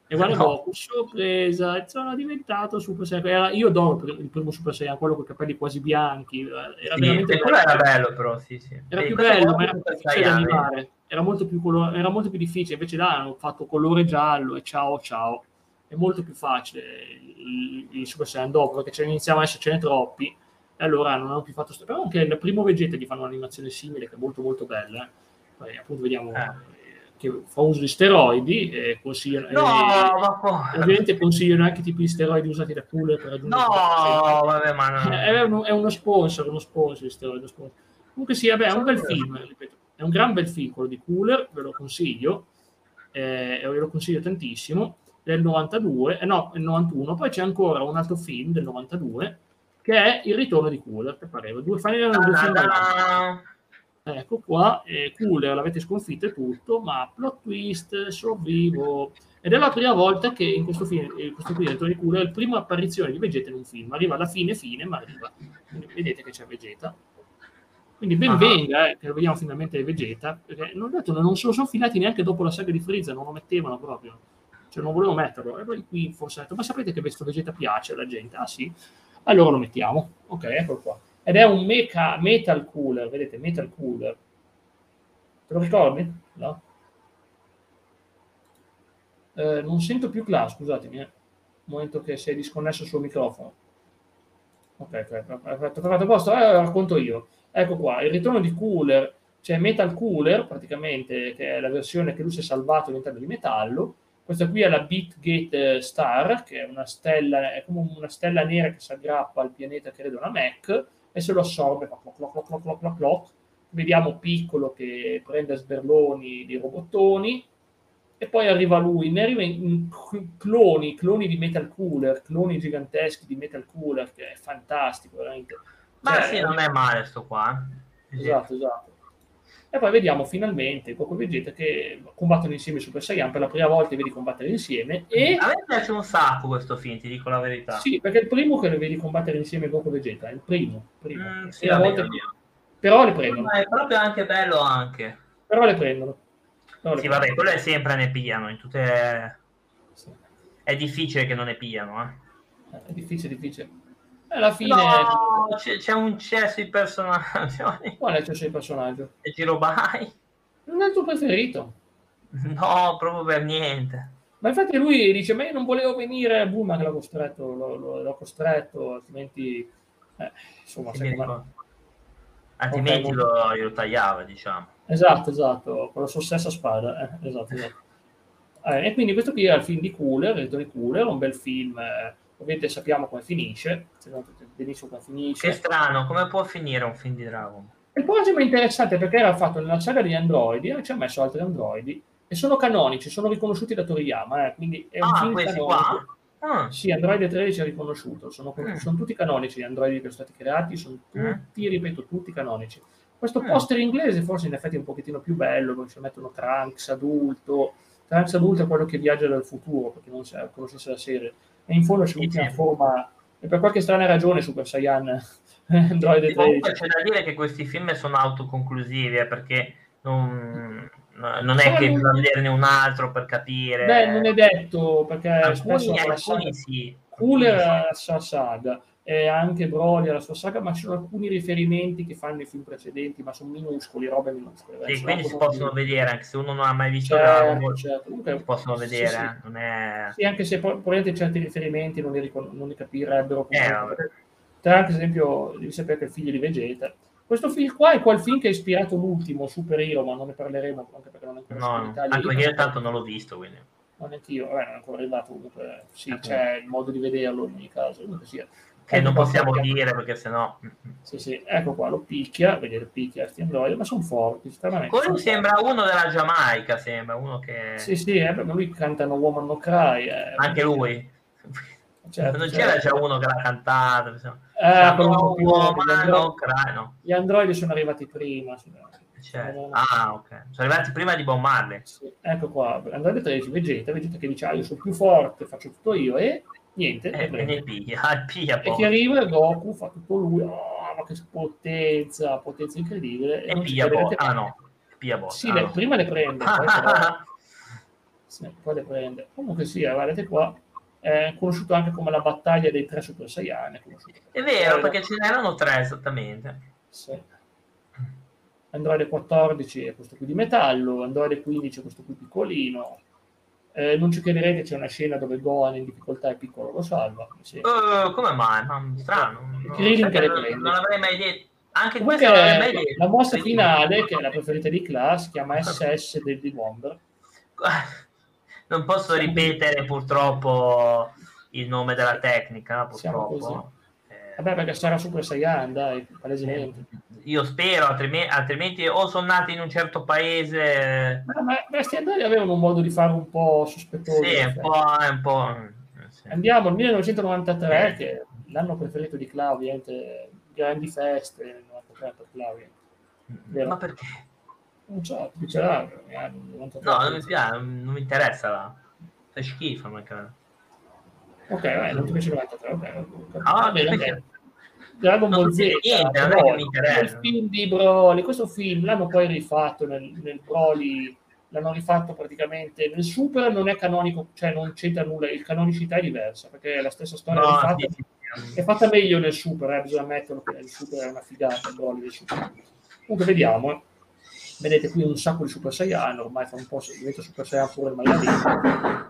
E guarda No. Goku, sorpresa, sono diventato Super Saiyan. Era, io do il primo Super Saiyan, quello con i capelli quasi bianchi. Era Sì, veramente quello bello. era bello, però, sì, sì. Era E più questo bello, qua ma è era più Super difficile da Saiyan, eh. animare. Era molto più, color- era molto più difficile. Invece là hanno fatto colore giallo e ciao ciao. È molto più facile il, il Super Saiyan dopo, perché ce ne iniziava a essercene troppi. E allora non hanno più fatto... sto- Però anche il primo Vegeta gli fanno un'animazione simile, che è molto molto bella. Poi appunto vediamo... Eh. che fa uso di steroidi e consigliano, No, e, ma poi... ovviamente consigliano anche tipi di steroidi usati da Cooler per raggiungere No, il cento per cento. vabbè, ma È, no. uno, è uno sponsor, uno sponsor di steroidi. Uno sponsor. Comunque sì, vabbè, è un bel film, ripeto, è un gran bel film quello di Cooler, ve lo consiglio, eh, ve lo consiglio tantissimo, del novantadue, eh, no, il novantuno, poi c'è ancora un altro film del novantadue che è Il ritorno di Cooler, che pareva, due, due film avanti. Ecco qua, eh, Cooler l'avete sconfitto e tutto, ma plot twist, sopravvivo. Ed è la prima volta che in questo film, in questo qui, Ritorno di Cooler, è la prima apparizione di Vegeta in un film. Arriva alla fine, fine, ma arriva. Quindi vedete che c'è Vegeta. Quindi ben Ah. venga, eh, che lo vediamo finalmente Vegeta, perché non, detto, non se lo sono filati neanche dopo la saga di Freezer, non lo mettevano proprio. Cioè non volevo metterlo. E poi qui forse ha detto, ma sapete che questo Vegeta piace alla gente? Ah sì? Allora lo mettiamo. Ok, eccolo qua. Ed è un mecha, metal cooler, vedete, metal cooler. Te lo ricordi? No? Eh, non sento più Cla, scusatemi, eh. Un momento che sei disconnesso sul microfono. Ok, perfetto, perfetto, a posto, eh, racconto io. Ecco qua, il ritorno di Cooler, c'è Metal Cooler, praticamente, che è la versione che lui si è salvato all'interno di metallo. Questa qui è la Beatgate Star, che è una stella, è come una stella nera che si aggrappa al pianeta, credo, una Mech, e se lo assorbe, fa cloc, cloc, cloc, cloc, cloc, cloc, cloc. Vediamo Piccolo che prende a sberloni dei robottoni, e poi arriva lui, ne arriva in, in cloni, cloni di Metal Cooler, cloni giganteschi di Metal Cooler, che è fantastico, veramente. Ma Cioè, sì, non è male sto qua. Eh. esatto, esatto. E poi vediamo finalmente Goku e Vegeta che combattono insieme Super Saiyan, per la prima volta li vedi combattere insieme. E a me piace un sacco questo film, ti dico la verità. sì, perché è il primo che li vedi combattere insieme Goku e Vegeta, è il primo. primo. Mm, sì, Prima volta che... Però le prendono. Ma è proprio anche bello anche. Però le prendono. Però le Sì, prendono. vabbè, quello è sempre ne pigliano, in tutte... Sì. È difficile che non ne pigliano, eh. È difficile, difficile. Alla fine... No, c'è, c'è un cesso di personaggi. Qual è il tuo personaggio? E Jirobai? Non è il tuo preferito? No, proprio per niente. Ma infatti lui dice, ma io non volevo venire a Bulma che l'ha costretto, l'ho, l'ho, l'ho costretto, altrimenti... Eh, insomma, Sì, sai com'è. altrimenti Okay, lo, lo tagliava, diciamo. Esatto, esatto, con la sua stessa spada. Eh, esatto, esatto. Eh, e quindi questo qui è il film di Cooler, il di Cooler, un bel film, eh, ovviamente sappiamo come finisce, sappiamo benissimo come finisce. Che strano, come può finire un film di Dragon? Il progetto è interessante perché era fatto nella saga degli androidi e ci ha messo altri androidi e sono canonici, sono riconosciuti da Toriyama, eh, quindi è un ah, film questi canonico. Qua? Ah. Sì, Android tredici è riconosciuto, sono, Mm. sono tutti canonici gli androidi che sono stati creati, sono tutti, mm. ripeto, tutti canonici. Questo Mm. poster inglese forse in effetti è un pochettino più bello, dove ci mettono Trunks adulto, Trunks adulto è quello che viaggia dal futuro, perché non si conoscesse la serie, e in fondo c'è l'ultima sì, forma, e per qualche strana ragione Super Saiyan Android tredici. Comunque c'è da dire che questi film sono autoconclusivi, eh, perché non, non è che bisogna vederne un altro per capire. Beh, non è detto, perché alcuni, spesso alcuni saga, sì. Cooler ha la sua saga, e anche Broly ha la sua saga, ma ci sono alcuni riferimenti che fanno i film precedenti, ma sono minuscoli, robe minuscole. Sì, quindi si possono più. vedere, anche se uno non ha mai visto certo, Dragon Ball, certo. Comunque, si possono vedere. Sì, sì. Eh? Non è... sì, anche se probabilmente certi riferimenti non li, ricon- non li capirebbero. Eh, Tra anche, ad esempio, devi sapere che è il figlio di Vegeta. Questo film qua è quel film che ha ispirato l'ultimo, Super Hero, ma non ne parleremo anche perché non è ancora no, in Italia. Anche perché io tanto non l'ho visto, quindi. Non neanch'io, vabbè, non è ancora arrivato comunque. Sì, okay. C'è il modo di vederlo in ogni caso. Comunque sia. Che ecco non possiamo qua, dire perché sennò. Sì, sì, ecco qua, lo picchia, vedete, picchia sti androidi, ma sono forti, stranamente. Quello sembra forti. Uno della Giamaica, sembra uno che. Sì, sì, eh, perché lui canta No Woman No Cry. Eh, anche lui. Certo, non c'era certo. Già uno che l'ha cantato. Eh, no, più, woman, no cry, no. Gli androidi sono arrivati prima. Certo. Sono... Ah, ok. Sono arrivati prima di Bob Marley. Sì. Ecco qua, Android tredici, Vegeta, Vegeta che dice, ah, io sono più forte, faccio tutto io, e niente. E, e ne piglia, piglia e chi arriva, Goku, fa tutto lui, oh, ma che potenza, potenza incredibile. E, e piglia Bob, ah no, piglia Bob. Sì, ah, le, no. prima le prende, poi però... Sì, poi le prende. Comunque sì, guardate qua, è conosciuto anche come la battaglia dei tre Super Saiyan. È, è vero, perché ce n'erano tre esattamente. Sì. Android quattordici è questo qui di metallo, Android quindici è questo qui piccolino. Eh, non ci crederete, c'è una scena dove Gohan in difficoltà è piccolo, lo salva. Sì. Uh, come mai? Ma strano. No, Krillin che le non, prende. Non l'avrei mai detto. Anche Comunque, questo non l'avrei mai detto. La mossa finale, che è la preferita di Class, si chiama S S del di Wonder. Non posso Siamo ripetere così. Purtroppo il nome della tecnica, purtroppo. Eh... Vabbè, perché sarà Super Saiyan, dai, palesemente. Eh, io spero, altrimenti, altrimenti o sono nati in un certo paese... Ma, ma questi andati avevano un modo di fare un po' sospettoso. Sì, un po', un po'... Sì. Andiamo al millenovecentonovantatré, sì. Che è l'anno preferito di Cla, ovviamente, grandi feste nel novantatré per Cla. Ma perché? Non so, ti piacerà. No, non mi piace, non mi interessa là. Fai schifo, manca. Ok, vai, non ti piace il novantatré, ok. Ah, bene, ok. Dragon Ball Z, niente, non è che mi interessa. Il film di Broly, questo film l'hanno poi rifatto nel, nel Broly, l'hanno rifatto praticamente nel Super, non è canonico, cioè non c'entra nulla, il canonicità è diversa, perché è la stessa storia no, rifatta, sì, sì. È fatta meglio nel Super, eh, bisogna ammetterlo che il Super è una figata, il Broly del Super. Comunque vediamo, eh. Vedete qui un sacco di Super Saiyan, ormai fa un po' diventa Super Saiyan pure il maialino.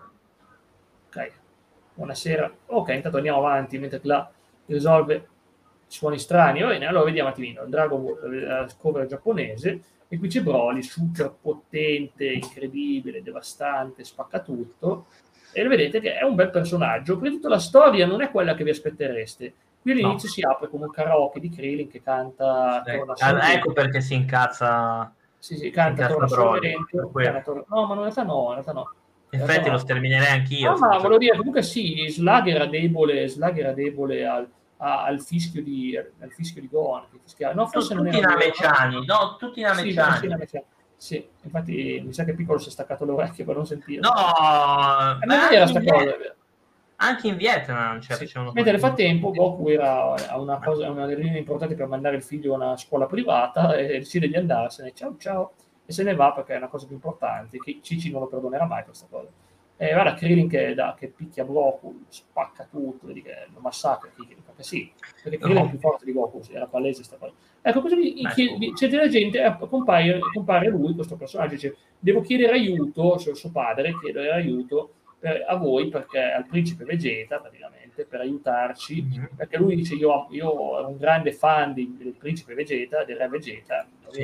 Ok, buonasera. Ok, intanto andiamo avanti, mentre là risolve suoni strani. Va bene, allora vediamo un attimino il Dragon Ball, la cover giapponese, e qui c'è Broly, super potente, incredibile, devastante, spacca tutto, e lo vedete che è un bel personaggio. Prima di tutto la storia non è quella che vi aspettereste. Qui all'inizio no. Si apre con un karaoke di Krillin che canta eh, ah, ecco perché si incazza. Sì, sì, canta Torna Sorrento. No, ma in realtà no, in realtà no. In effetti lo sterminerei anch'io. No, ma volevo dire, comunque sì, Slag era debole, Slag era debole al, a, al fischio di al fischio di Gohan. No, forse tutti non i nameciani, no, tutti i nameciani. Sì, sì, sì, infatti mi sa che Piccolo si è staccato le orecchie per non sentire. No, ma non era sta cosa. Anche in Vietnam cioè, sì. Mentre nel frattempo Goku era a una cosa, una linea importante per mandare il figlio a una scuola privata e decide di andarsene, ciao ciao, e se ne va perché è una cosa più importante, che Cici non lo perdonerà mai questa cosa. E guarda Krillin che, da, che picchia Goku, spacca tutto, vedi che lo massacra, perché sì, perché Krillin no. È più forte di Goku, sì, era palese sta cosa. Ecco, così c'è della gente, compare, compare lui, questo personaggio, dice, devo chiedere aiuto, cioè suo padre, chiedere aiuto per, a voi, perché al principe Vegeta, praticamente, per aiutarci, mm-hmm. Perché lui dice, io, io ero un grande fan di, del principe Vegeta, del re Vegeta, sì.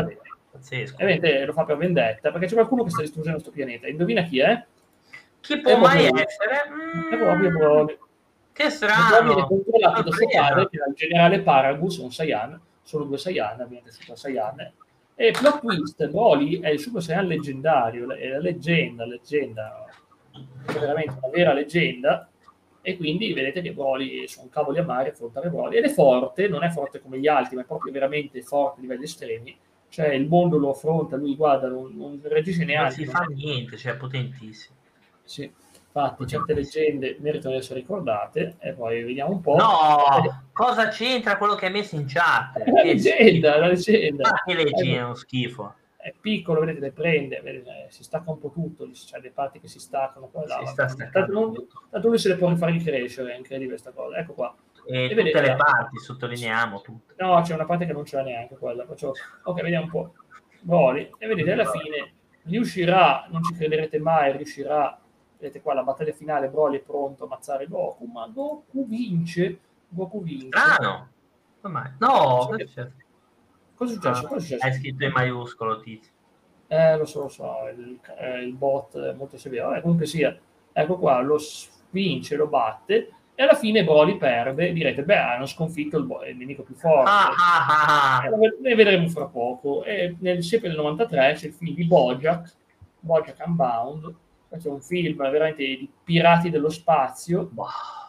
E vedete, lo fa per vendetta, perché c'è qualcuno che sta distruggendo questo pianeta. Indovina chi è? Chi può mai essere? È proprio Broly. Che strano. Viene controllato da suo padre, che era il generale Paragus, un Saiyan, sono due Saiyan, ovviamente Super Saiyan. E plot twist, Broly è il Super Saiyan leggendario, è la leggenda, leggenda, è veramente una vera leggenda, e quindi vedete che Broly sono cavoli amari affrontare Broly, ed è forte, non è forte come gli altri, ma è proprio veramente forte a livelli estremi, cioè il mondo lo affronta, lui guarda, non, non reagisce neanche. Non si fa niente, cioè è potentissimo. Sì, infatti certe leggende meritano di essere ricordate, e poi vediamo un po'. No, cosa c'entra quello che hai messo in chat? È la leggenda, la leggenda. Ma che leggi è uno schifo. È piccolo, vedete, le prende, vedete, si stacca un po' tutto, c'è le parti che si staccano, poi là, si sta tanto, non, tanto lui se le può rifare ricrescere, è incredibile questa cosa. Ecco qua. E, e tutte vedete, le parti, sottolineiamo tutte. No, c'è una parte che non ce l'ha neanche quella. Faccio... Ok, vediamo un po'. Broly, e vedete, alla fine riuscirà, non ci crederete mai, riuscirà. Vedete qua la battaglia finale, Broly è pronto a ammazzare Goku, ma Goku vince. Goku vince. Strano. Come no, cosa è successo? Cosa è successo? Ah, cosa è successo? Hai scritto in maiuscolo, Tizio. Eh, lo so, lo so, il, eh, il bot è molto severo. Eh, comunque sia, ecco qua, lo vince, lo batte, e alla fine Broly perde. Direte, beh, hanno sconfitto il, il nemico più forte. Ah, ah, ah. Eh, ne vedremo fra poco. E nel, sempre nel novantatré c'è il film di Bojack, Bojack Unbound. Questo è un film veramente di pirati dello spazio. Wow.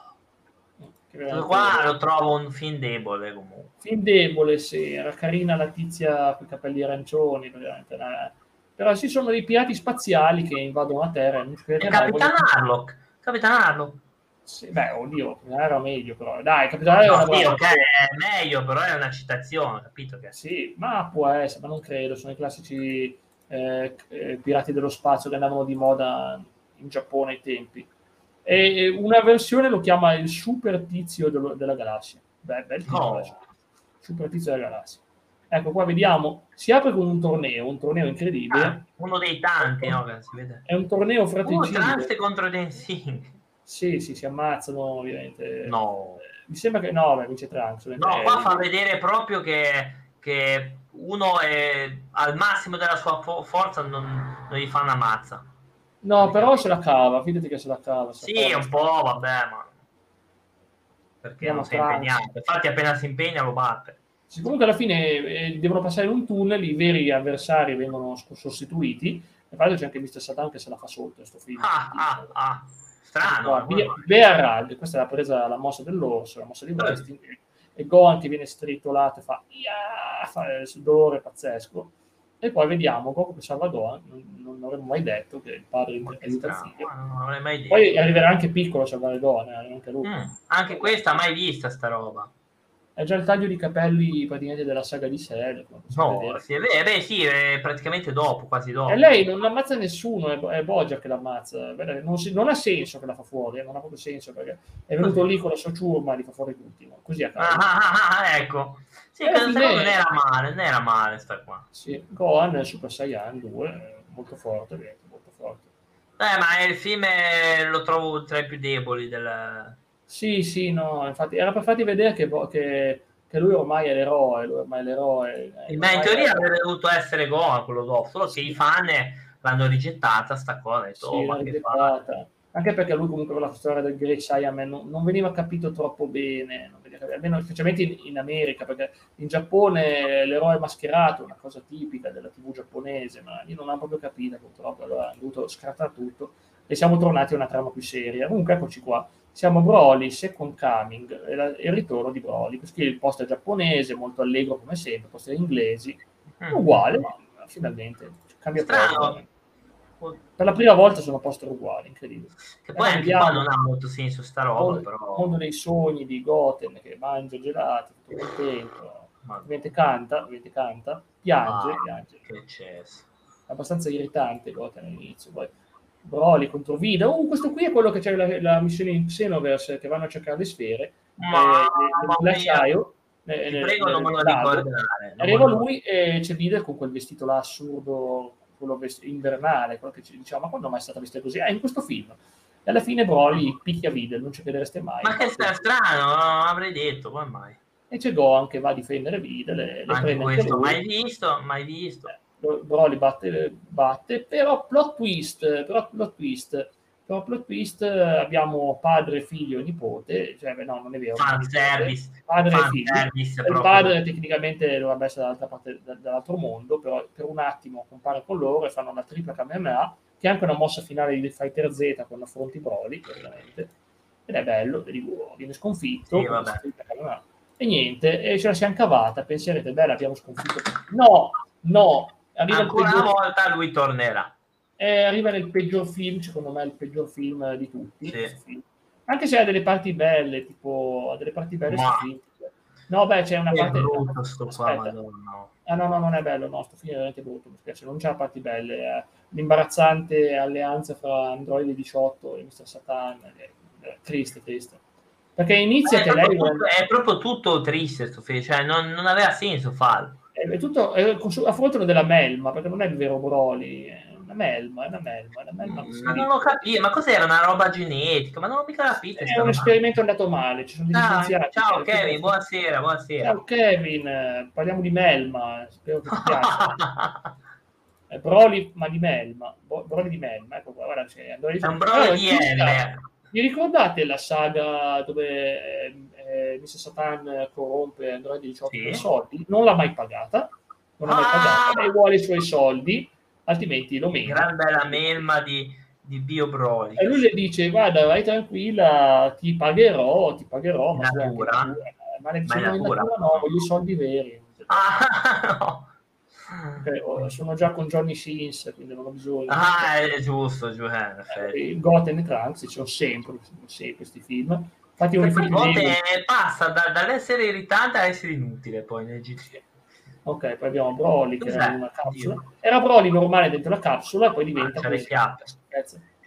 Qua lo trovo un film debole comunque. Film debole, sì, era carina la tizia con i capelli arancioni, veramente, eh. Però ci sono dei pirati spaziali che invadono la Terra. Non e Capitan Harlock. Capitan Harlock. Sì, beh, oddio, era meglio però. Dai, Capitan no, sì, ok, è meglio, però è una citazione, capito che? Sì, ma può essere, ma non credo, sono i classici eh, eh, pirati dello spazio che andavano di moda in Giappone ai tempi. E una versione lo chiama il Super Tizio dello, della Galassia. Beh, bel titolo, Oh. Super Tizio della Galassia. Ecco, qua vediamo, si apre con un torneo, un torneo incredibile. Ah, uno dei tanti, no? Che si vede. È un torneo fra Uh, Tegini. Trunks contro Densing. Sì, sì, si ammazzano ovviamente. No. Mi sembra che no, beh, vince Trunks. No, qua fa vedere proprio che, che uno è al massimo della sua fo- forza, non, non gli fa una mazza. No, però se la cava, fidati che se la cava. Se Sì, la un po', vabbè, ma perché Andiamo non si è Trunks. impegnato. Infatti appena si impegna lo batte. Sì, comunque alla fine eh, devono passare in un tunnel, i veri avversari vengono s- sostituiti. E poi c'è anche mister Satan che se la fa sotto questo film. Ah, ah, ah. Strano. Qua, Be- Bear Rag, questa è la presa la mossa dell'orso, la mossa di Westing, e Gohan che viene stritolato e fa, "Ia!", fa il dolore pazzesco. E poi vediamo Goku che salva Gohan, non, non avremmo mai detto che il padre aiuta il figlio. Ma non l'avrei mai detto. Poi arriverà anche piccolo a salvare Gohan, eh, anche lui. Mm, anche questa mai vista sta roba. È già il taglio di capelli praticamente della saga di Cell, come possiamo No, vedere. sì, beh, beh, sì, è praticamente dopo, quasi dopo. E lei non ammazza nessuno, è, è Bojack che l'ammazza. Beh, Non, si- non ha senso che la fa fuori, eh, non ha proprio senso perché è venuto Così. lì con la sua ciurma, li fa fuori tutti. No? Così a caso. Ah, ah, ah, ah, ecco. Sì, E alla questa fine- cosa non era male, non era male sta qua. Sì, Gohan è Super Saiyan due, eh, molto forte, ovviamente, molto forte. Eh, ma il film è- lo trovo tra i più deboli del... Sì, sì, no, infatti era per farti vedere che, Bo- che, che lui ormai è l'eroe, lui ormai è l'eroe. eh, Ma in ormai teoria è- avrebbe dovuto essere Gohan quello dopo, solo che Sì. i fan l'hanno rigettata sta cosa, hanno detto, Sì, oh, l'ha ma che fa? rigettata. Anche perché lui comunque con la storia del Great Saiyaman non, non veniva capito troppo bene, non veniva capito, almeno specialmente in, in America, perché in Giappone l'eroe mascherato è una cosa tipica della tivù giapponese, ma lì non hanno proprio capito purtroppo, allora hanno dovuto scartare tutto e siamo tornati a una trama più seria. Comunque eccoci qua, siamo Broly, Second Coming, e la- e il ritorno di Broly, questo qui il poster giapponese, molto allegro come sempre, poster inglesi, Mm. uguale, ma finalmente cambia Strano. poco. Per la prima volta sono poster uguali, incredibile. Che poi Eh, anche vediamo. qua non ha molto senso sta roba, Mondo, però... mondo dei sogni di Goten che mangia gelati, tutto contento, Ma- ovviamente canta, ovviamente canta, piange, Ah, piange. che eccesso. Abbastanza irritante Goten all'inizio, poi Broly contro Vida. Uh, questo qui è quello che c'è la, la missione in Xenoverse che vanno a cercare le sfere. Ma- eh, nel mamma ghiacciaio, mia. eh, Ti nel- prego, non me lo nel lago. ricordare. non Arriva me lo- lui e c'è Vida con quel vestito là assurdo, quello vest- invernale, quello che ci diciamo, ma quando mai è stata vista così? Ah, in questo film. E alla fine Broly picchia Videl, non ci credereste mai. Ma che sta strano, non avrei detto, come mai? E c'è Gohan che va a difendere Videl, le, le Anche prende anche questo, lui. mai visto, mai visto. Eh, Broly batte, batte, però plot twist, però plot twist, però plot twist, eh, abbiamo padre, figlio e nipote, cioè beh, no, non è vero. Fan nipote, service, padre fan e figlio. service Il proprio. padre tecnicamente dovrebbe essere dall'altra parte, da- dall'altro mondo, però per un attimo compare con loro e fanno una tripla Kamehameha, che è anche una mossa finale di Fighter Z quando affronti Broly, praticamente. Ed è bello, vedi, viene sconfitto, Sì, con vabbè. questa tripla Kamehameha. E niente, e ce la siamo cavata, penserete, beh, l'abbiamo sconfitto. No, no, arriva il Ancora peggior, una volta lui tornerà. eh, arriva nel peggior film, secondo me il peggior film di tutti. Sì. questo film. Anche se ha delle parti belle, tipo, ha delle parti belle Ma- sto film. No, beh, c'è una Che parte... brutto sto qua, Aspetta. madonna. Ah, no, no, non è bello, no, sto film è veramente brutto, mi spiace, non c'ha parti belle. eh. L'imbarazzante alleanza fra Android diciotto e mister Satan, è, è triste, triste. Perché inizia È che lei... proprio, tutto, è proprio tutto triste sto film, cioè non, non aveva senso farlo. È, è tutto è, affrontano della melma, perché non è il vero Broly, è una melma, è una melma, è una melma Mm, così. ma non lo capivo, ma cos'era una roba genetica? Ma non ho mica capito. È sta un roba. esperimento andato male, ci sono degli Ciao, scienziati. ciao che- Kevin, buonasera, buonasera. Ciao Kevin, eh, parliamo di melma, spero che ti piaccia. È Broly, ma di melma, Bo- Broly di melma, ecco qua, guarda, c'è Android È un diciotto. Broly di Allora, L. vi ricordate la saga dove eh, eh, mister Satan corrompe Android diciotto Sì. per soldi? Non l'ha mai pagata, non l'ha mai Ah! pagata, e vuole i suoi soldi, altrimenti lo menga. Gran bella melma di, di Bio Broly. E lui le dice, guarda, vai tranquilla, ti pagherò, ti pagherò, ma In tu anche natura? tu. Eh, Ma le dice, Ma in no, in natura? natura no, voglio i soldi veri. Ah, no. Eh, oh, sono già con Johnny Sins, quindi non ho bisogno. Ah, è giusto, giusto, eh, in effetti. Eh, Goten e Trunks ci sono sempre, sempre questi film. Infatti uno Che di poi quelli più volte deboli- passa da- dall'essere irritante a essere inutile poi nel G T. Ok, poi abbiamo Broly che era Cos'è? in una capsula. Era Broly normale dentro la capsula e poi diventa Ah, c'ha le così. chiappe. Pezzo.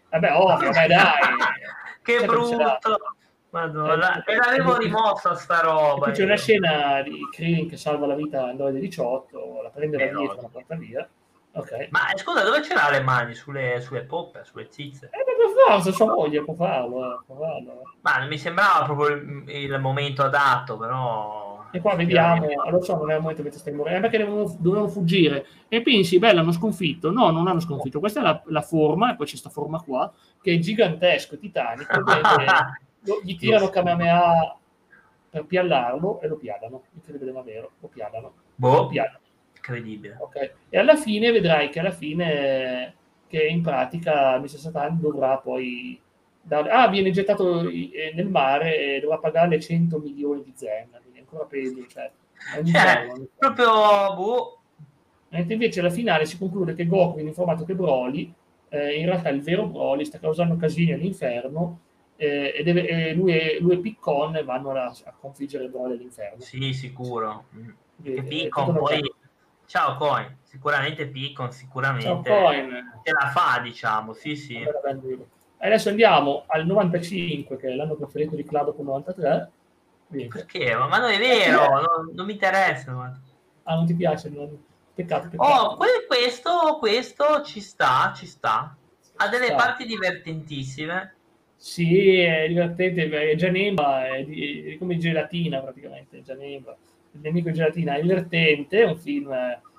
Vabbè, ovvio, dai, dai. Che brutto. Madonna, e l'avevo rimossa sta roba. C'è una scena di Krillin che salva la vita a Android diciotto, la prende da dietro, la porta via. Okay. Ma scusa, dove ce l'ha le mani? Sulle, sulle poppe, sulle zizze? Eh, per forza, sua moglie può farlo, eh, può farlo. Ma non mi sembrava proprio il, il momento adatto, però... E qua vediamo, lo so, non è il momento che stai morendo, perché dovevano, dovevano fuggire. E pensi, beh, l'hanno sconfitto. No, non l'hanno sconfitto. Questa è la, la forma, e poi c'è questa forma qua, che è gigantesco, titanico, lo, gli tirano Kamehameha per piallarlo e lo piallano. Incredibile ma vero, lo piallano. Boh, lo piallano. Incredibile. Okay. E alla fine vedrai che alla fine che in pratica mister Satan dovrà poi dare, ah, viene gettato nel mare e dovrà pagare cento milioni di zen, quindi ancora peggio, cioè, è un cioè giorno, proprio boh. Mentre invece alla finale si conclude che Goku viene informato che Broly, eh, in realtà il vero Broly, sta causando casini all'inferno, eh, e, deve, e lui, e, lui e Piccon vanno a, a confliggere Broly all'inferno. Sì, sicuro. Che E, Piccon poi... Una... Ciao Coin, sicuramente Piccon, sicuramente Ciao, Coin. Ce la fa, diciamo, sì sì. Adesso andiamo al novantacinque, che è l'anno preferito di Claudio con novantatré. Perché? Ma, ma non è vero, non, non mi interessa. Ma... Ah, non ti piace? Non... Peccato, peccato. Oh, questo, questo ci sta, ci sta. Ha delle sta. parti divertentissime. Sì, è divertente, è Janemba, è, di, è come gelatina praticamente, Janemba. Il nemico gelatina è divertente, è un film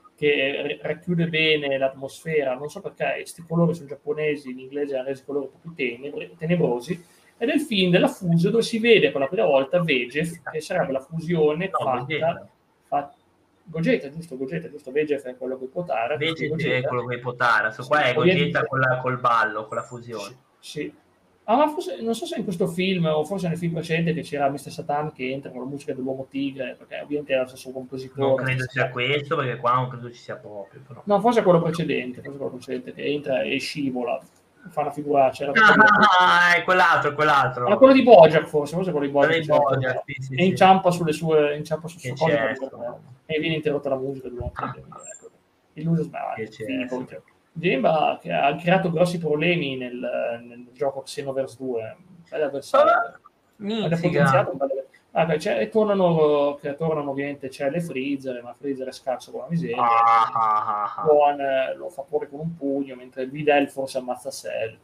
che racchiude bene l'atmosfera, non so perché questi colori sono giapponesi, in inglese hanno reso i colori un po' più tenebrosi, ed è il film della fusione dove si vede per la prima volta Vegef, che sarebbe la fusione no, fatta, fatta Gogeta, giusto, Gogeta, giusto, Vegef è quello che può Potara. Vegef è quello che può Potara, so, qua sì, è Gogeta con la, col ballo, con la fusione. Sì, sì. Ah, ma forse, non so se in questo film o forse nel film precedente che c'era mister Satan che entra con la musica dell'uomo tigre, perché ovviamente era lo stesso compositore. Non credo sia Satan. Questo, perché qua non credo ci sia proprio. Però. No, forse è quello precedente, forse è quello precedente che entra e scivola, fa una figuraccia. Ah, ah, è quell'altro, è quell'altro. Era quello di Bojack forse, forse quello di Bojack. Di Bojack sì, sì, e inciampa sulle sue, inciampa su sue cose e viene interrotta la musica dell'uomo tigre. Ecco. Illuso sbaglio. Gemba che ha creato grossi problemi nel, nel gioco Xenoverse due, bella avversario. Ha potenziato un bel... ah, cioè, e tornano, che tornano ovviamente c'è le Freezer, ma Freezer è scarso con la miseria. Ah, ah, ah, Gohan eh, lo fa fuori con un pugno, mentre Videl forse ammazza Cell.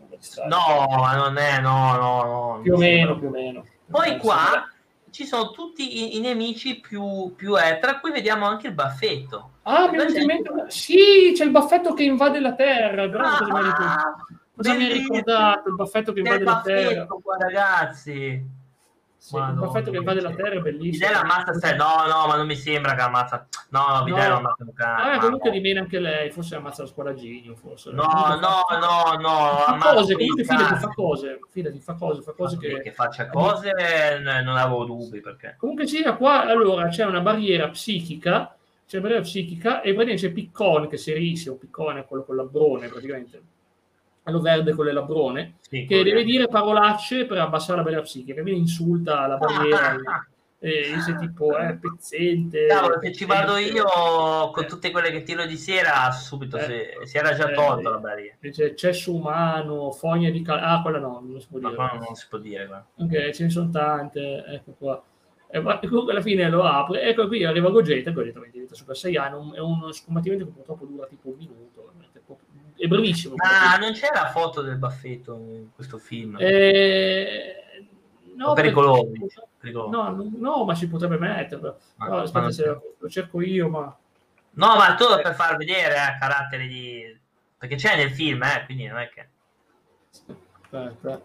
No, non è, no, no, no. Più o meno, più o meno. Poi eh, qua ci sono tutti i, i nemici più, più eh, tra cui vediamo anche il baffetto. Ah, mi è mente... sì, c'è il baffetto che invade la Terra. Ah, cosa mi hai cosa mi hai ricordato? Il baffetto che invade la Terra. Qua, ragazzi. Sì, il baffetto che invade la Terra è bellissimo. Videl ammazza, no, no, ma non mi sembra che ammazza. No, no, Videl no. ammazza un cane. Ah, comunque rimane anche lei, forse ammazza lo squadrigino, forse. No, no, fa... no, no, fa cose, comunque fidati, fa cose, fidati, fa cose, fa cose che... che faccia cose eh, non avevo dubbi perché. Comunque gira qua, allora c'è una barriera psichica, c'è una barriera psichica e praticamente c'è Piccone che si risse, o Piccone quello con l'abbrone praticamente. Quello verde con le labbrone, sì, che deve dire parolacce per abbassare la barriera psichica, quindi insulta la barriera, ah, e dice tipo eh, pezzente. Cavolo, se ci vado io con tutte quelle che tiro di sera, subito eh, si, si era già tolto eh, la barriera. C'è cesso umano, fogna di cal- ah, quella no, non si può dire. No, non si può dire. Guarda. Ok, ce ne sono tante, ecco qua. E comunque alla fine lo apre, ecco qui arriva Gogeta, Gogeta diventa Super Saiyan, è uno scombattimento che purtroppo dura tipo un minuto, è brevissimo. Ah, non c'è la foto del baffetto in questo film? Eh, no, pericoloso. No, no, ma si potrebbe mettere. Ah, no, aspetta, se lo, lo cerco io, ma... No, ma tu per far vedere eh, caratteri di... Perché c'è nel film, eh, quindi non è che... Aspetta.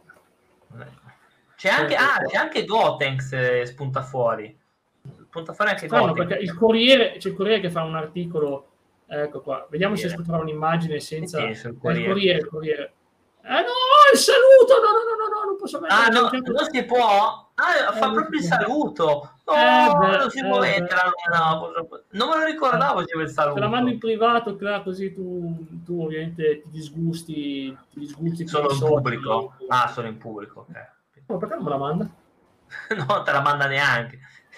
C'è anche, ah, c'è anche Gotenks eh, spunta fuori. Spunta fuori anche Strano, Gotenks. Perché il Corriere, c'è il Corriere che fa un articolo... Ecco qua, vediamo se riesco a trovare un'immagine senza... Sì, il Corriere, il Corriere. Il Corriere. Ah no, il saluto! No, no, no, no, no, non posso mettere... Ah no, non si può? Ah, fa eh, proprio il saluto! No, eh beh, non si eh può beh. mettere... No, non me lo ricordavo c'era il saluto. Te la mando in privato, Cla, così tu, tu ovviamente ti disgusti... Ti disgusti sono in pubblico? Soldi. Ah, sono in pubblico, ok. Oh, perché non me la manda? No, te la manda neanche.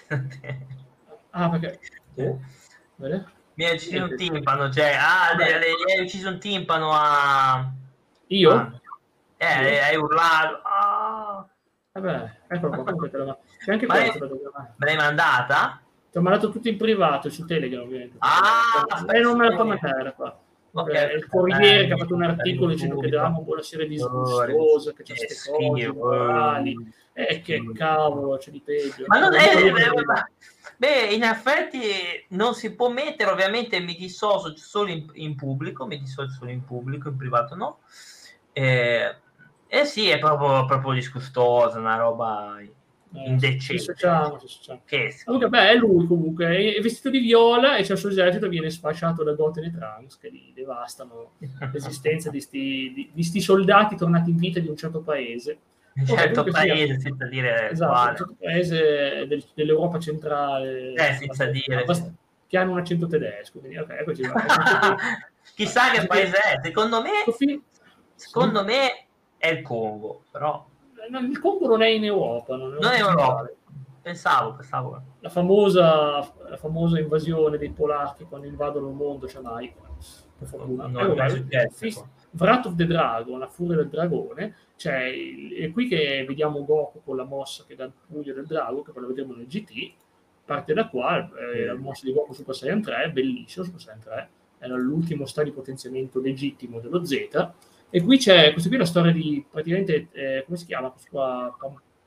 Ah, perché... Oh, vede? Mi hai ucciso un timpano, cioè, ah, hai ucciso un timpano a... Io? Ah, Eh, hai urlato. Ah. Vabbè, eccolo qua, comunque te la... C'è anche Ma questo. me l'hai mandata? Ti ho mandato tutto in privato su Telegram, ovviamente. Ah, e non me la fa mandare qua. Okay, il Corriere che ha fatto un articolo dicendo che Dragon Ball è una serie disgustosa, che c'è queste cose morali. E che cavolo, c'è di peggio. Ma non è, beh, in effetti non si può mettere, ovviamente mi dissocio solo in, in pubblico, mi dissocio solo in pubblico, in privato no. Eh, eh sì, è proprio, proprio disgustosa, una roba indecente. Ci associamo, ci associamo. Che comunque, beh, è lui comunque, è vestito di viola e c'è il suo esercito, viene sfasciato da Goten e Trunks che li devastano l'esistenza di sti, di, di sti soldati tornati in vita di un certo paese. Un certo okay, paese, sia, senza dire esatto, quale. Un certo paese del, dell'Europa centrale. Eh, senza dire. Sì. Che hanno un accento tedesco. Quindi, okay, eccoci qua. Chissà che paese è. Secondo me, secondo sì. me è il Congo, però... No, il Congo non è in Europa. Non è, non è in Europa. Pensavo, pensavo. La famosa, la famosa invasione dei polacchi quando invadono il mondo, cioè mai. Per fortuna. No, no, no, Wrath of the Dragon, la furia del dragone, cioè è qui che vediamo Goku con la mossa che dà il pugno del drago, che poi lo vedremo nel G T, parte da qua, eh, la mossa di Goku Super Saiyan tre, bellissimo Super Saiyan tre, era l'ultimo stadio di potenziamento legittimo dello Z, e qui c'è, questa qui è la storia di, praticamente, eh, come si chiama questo qua,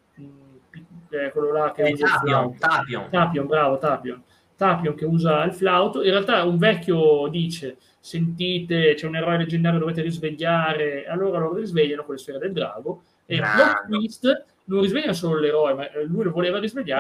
eh, quello là che eh, usa Tapion, il Tapion. Tapion, bravo, Tapion. Tapion che usa il flauto, in realtà un vecchio dice sentite, c'è un eroe leggendario, dovete risvegliare, allora loro risvegliano con le sfere del drago, e il plot twist non risveglia solo l'eroe, ma lui lo voleva risvegliare,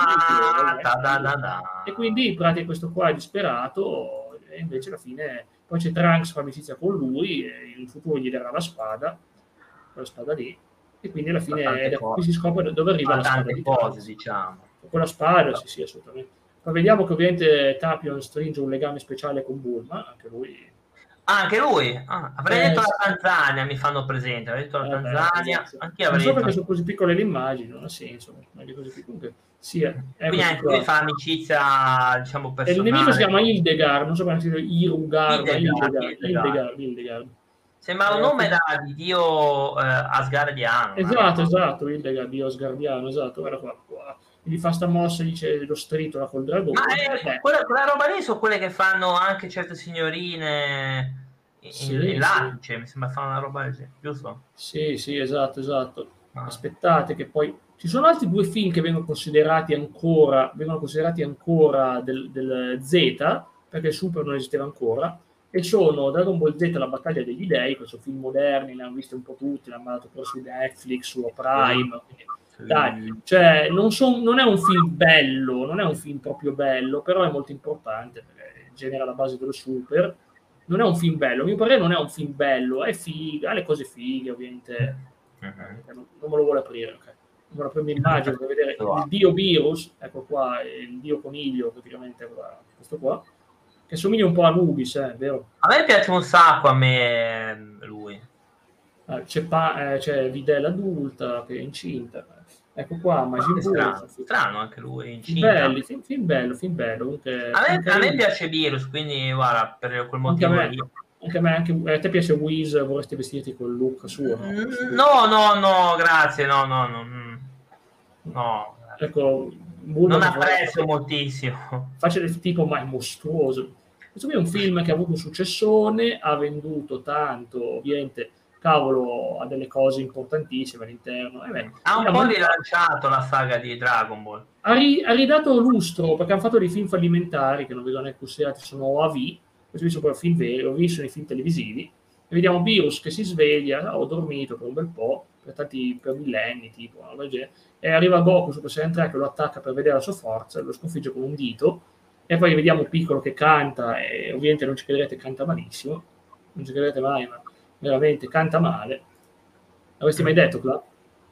ah, da, da, da, da. E quindi in pratica questo qua è disperato, e invece alla fine poi c'è Trunks fa amicizia con lui, e in futuro gli darà la spada, quella spada lì, e quindi alla fine da qui si scopre dove arriva ma la spada di di cose, Trunks. diciamo. Con la spada, sì, sì, assolutamente. Poi vediamo che ovviamente Tapion stringe un legame speciale con Bulma, anche lui. Ah, anche lui? Ah, avrei eh, detto la Tanzania, mi fanno presente, avrei detto la eh, Tanzania. Beh, anche non so detto... perché sono così piccole le immagini, non ha senso. Così comunque, sì, è, quindi anche lui fa amicizia, diciamo, personale. E il nemico si chiama Hildegard, non so come si chiama, Irugar, Hildegard, Hildegard, Hildegard, Hildegard. Sembra un nome da di dio eh, asgardiano. Esatto, no? esatto, Hildegard, dio asgardiano, esatto, guarda qua, qua. Gli fa sta mossa, dice lo stritola col dragone. Ma è, quella, quella roba lì sono quelle che fanno anche certe signorine in, sì, in là, sì. Cioè, mi sembra fare una roba così, giusto? Sì, sì, esatto, esatto. Ah. Aspettate che poi ci sono altri due film che vengono considerati ancora vengono considerati ancora del, del Z, perché il Super non esisteva ancora, e sono Dragon Ball Z, la battaglia degli dei, questo film moderni, ne hanno visto un po' tutti, l'hanno mandato pure su Netflix, su Prime, quindi, dai, cioè non, son, non è un film bello, non è un film proprio bello, però è molto importante perché genera la base dello Super. Non è un film bello, a mio parere non è un film bello, è figa, ha le cose fighe, ovviamente uh-huh. non, non me lo vuole aprire, okay. Non me lo prendo immagine per vedere il dio Virus, ecco qua, il dio coniglio, praticamente questo qua, che somiglia un po' a Nubis, eh, vero? A me piace un sacco, a me lui. Eh, c'è, pa- eh, c'è Videl adulta che è incinta, ecco qua, Majin strano, strano anche lui film belli, film, film bello, film bello. Comunque, a me, a me piace Virus, quindi guarda, per quel motivo anche a me, lì. Anche a me, anche, a te piace Whis, vorresti vestirti col look suo? No, no, no, no, grazie, no, no, no. No, ecco, non apprezzo fa... moltissimo. Faccia del tipo, ma è mostruoso. Questo qui è un film che ha avuto un successone, ha venduto tanto, ovviamente, cavolo, ha delle cose importantissime all'interno. Eh beh, ha un po' rilanciato la saga di Dragon Ball. Ha, ri- ha ridato lustro, perché hanno fatto dei film fallimentari, che non vengono neanche considerati, sono O A V, questi sono però film veri, ho visto nei film televisivi, e vediamo Virus che si sveglia, ho dormito per un bel po', per tanti, per millenni, tipo, no? E arriva Goku Super Saiyan tre che lo attacca per vedere la sua forza, lo sconfigge con un dito, e poi vediamo Piccolo che canta, e ovviamente non ci crederete, canta malissimo, non ci crederete mai, ma veramente canta male. L'avresti mai detto, Cla?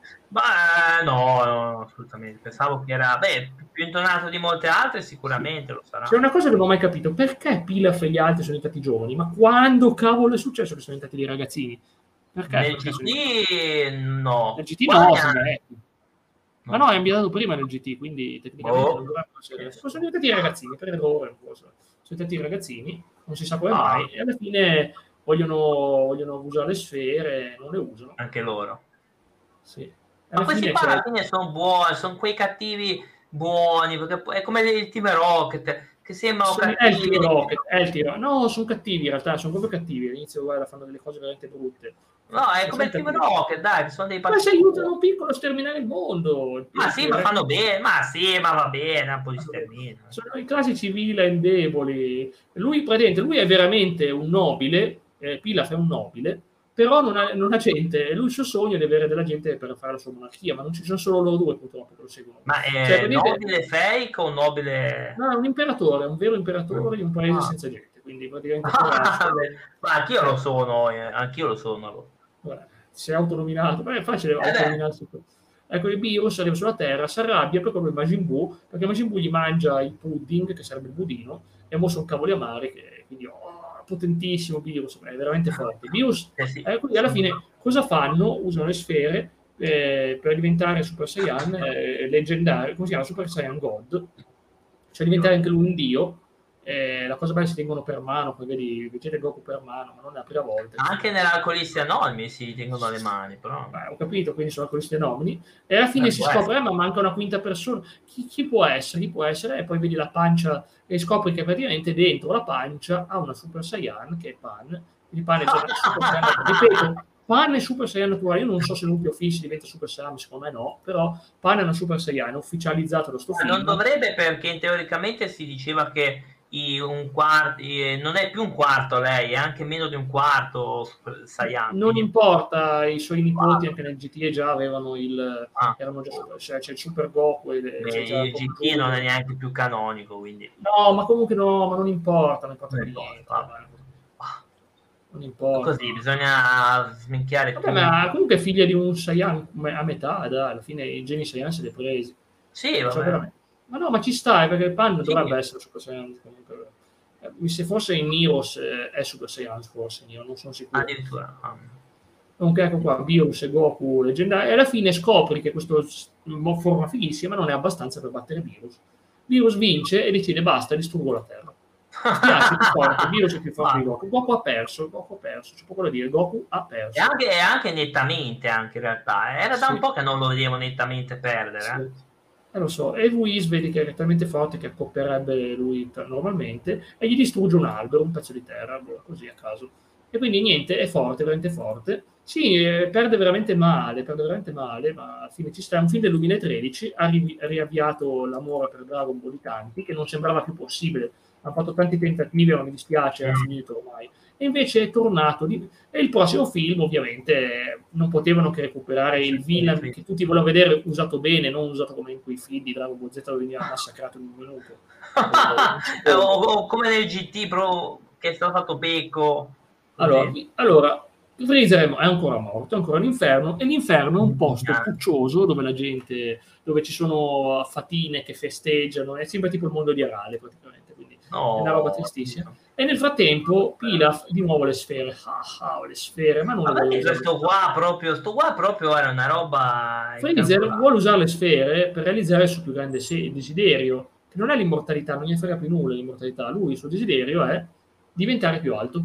Ma no, no, assolutamente. Pensavo che era beh, più intonato di molte altre, sicuramente lo sarà. C'è una cosa che non ho mai capito: perché Pilaf e gli altri sono diventati giovani? Ma quando cavolo è successo che sono diventati dei ragazzini? Perché? Nel perché G T diventati... no. Nel G T no, sono vecchi. Ma no, è ambientato prima nel G T, quindi tecnicamente oh. non dovrebbero essere... Sono diventati ragazzini, per errore, sono diventati ragazzini, non si sa come ah. mai, e alla fine vogliono, vogliono usare le sfere, non le usano. Anche loro. Sì. Ma questi qua alla fine sono buoni, sono quei cattivi buoni, perché è come il Team Rocket, che sembrano sono, cattivi. È il Team Rocket, è il Team... No, sono cattivi in realtà, sono proprio cattivi. All'inizio guarda, fanno delle cose veramente brutte. No, è come il Team Rocket, dai, che sono dei ma se aiutano un piccolo a sterminare il mondo. Ma sì, ma fanno bene, ma sì, ma va bene, un po' di sterminio. Sono i classici villain deboli. Lui, praticamente, lui è veramente un nobile, eh, Pilaf è un nobile, però non ha, non ha gente. Lui il suo sogno è di avere della gente per fare la sua monarchia, ma non ci sono solo loro due purtroppo che lo seguono. Ma è cioè, nobile fake o nobile... No, è un imperatore, un vero imperatore di un paese ah. senza gente. Quindi praticamente... Ah, ma anch'io lo sono, eh, anch'io lo sono. Guarda, si è autonominato, ma è facile eh autonominarsi. Ecco, il virus arriva sulla Terra, si arrabbia proprio come Majin Buu, perché Majin Buu gli mangia il pudding, che sarebbe il budino, e mo sono cavoli amari, che quindi oh, potentissimo virus, è veramente forte. Il virus, eh sì. eh, quindi alla fine cosa fanno? Usano le sfere eh, per diventare Super Saiyan eh, leggendario, come si chiama? Super Saiyan God, cioè diventare anche lui un dio. Eh, la cosa bella si tengono per mano, poi vedi Vegeta e Goku per mano, ma non è la prima volta. Anche nell'Alcolisti Anonimi si tengono le mani, però. Beh, ho capito, quindi sono Alcolisti Anonimi. E alla fine eh, si scopre, eh, ma manca una quinta persona. Chi, chi può essere? Chi può essere? E poi vedi la pancia e scopri che praticamente dentro la pancia ha una Super Saiyan, che è Pan. Quindi Pan è già Super Saiyan. Ripeto, Pan è Super Saiyan naturale. Io non so se Lumpio Fissi diventa Super Saiyan, secondo me no, però Pan è una Super Saiyan, ufficializzato da sto ma film. Non dovrebbe, perché teoricamente si diceva che un quarto, non è più un quarto lei, è anche meno di un quarto Super Saiyan. Non importa, i suoi nipoti ah. anche nel G T già avevano il ah. erano già super, cioè, c'è il Super Goku e Beh, il G T non è neanche più canonico, quindi no, ma comunque no, ma non importa, non importa, non importa, non importa. Così bisogna sminchiare Vabbè, ma comunque è figlia di un Saiyan a metà, dai, alla fine i geni Saiyan se li ha presi. Sì, cioè, vabbè. Veramente. Ma no, ma ci sta, perché il Pan sì. dovrebbe essere Super Saiyan comunque. Se fosse in Heroes eh, è Super Saiyan, forse io non sono sicuro. Addirittura. Ah. Comunque ecco qua, Virus e Goku leggendari, e alla fine scopri che questo forma fighissima non è abbastanza per battere Virus. Virus vince e decide basta, distruggo la Terra. Spiace, più forte, Virus è più forte ah. di Goku. Goku ha perso, Goku ha perso, c'è poco da dire, Goku ha perso. E anche, anche nettamente, anche in realtà. Era da sì. un po' che non lo vedevo nettamente perdere. Sì. Eh. Eh, lo so, e Whis vedi che è talmente forte che accopperebbe lui normalmente e gli distrugge un albero, un pezzo di terra, boh, così a caso. E quindi niente, è forte, veramente forte. Sì, eh, perde veramente male, perde veramente male, ma alla fine ci sta. È un film del duemilatredici, ha ri- riavviato l'amore per Dragon Ball di tanti, che non sembrava più possibile. Hanno fatto tanti tentativi, ma mi dispiace, era finito ormai. E invece è tornato. Di... E il prossimo film, ovviamente, non potevano che recuperare il villain che tutti volevano vedere usato bene, non usato come in quei film di Dragon Ball Z dove veniva massacrato in un minuto. o, o come nel G T, però, che è stato fatto becco. Allora, allora, Freezer è ancora morto, è ancora all'inferno, e l'inferno è un posto puccioso dove la gente, dove ci sono fatine che festeggiano, è sempre tipo il mondo di Arale praticamente, quindi no, è una roba tristissima. E nel frattempo Pilaf di nuovo le sfere, ah, ah, le sfere, ma non ma perché questo qua proprio, sto qua proprio era una roba. Freezer vuole usare le sfere per realizzare il suo più grande se- desiderio, che non è l'immortalità, non gli frega più nulla l'immortalità, lui il suo desiderio è diventare più alto.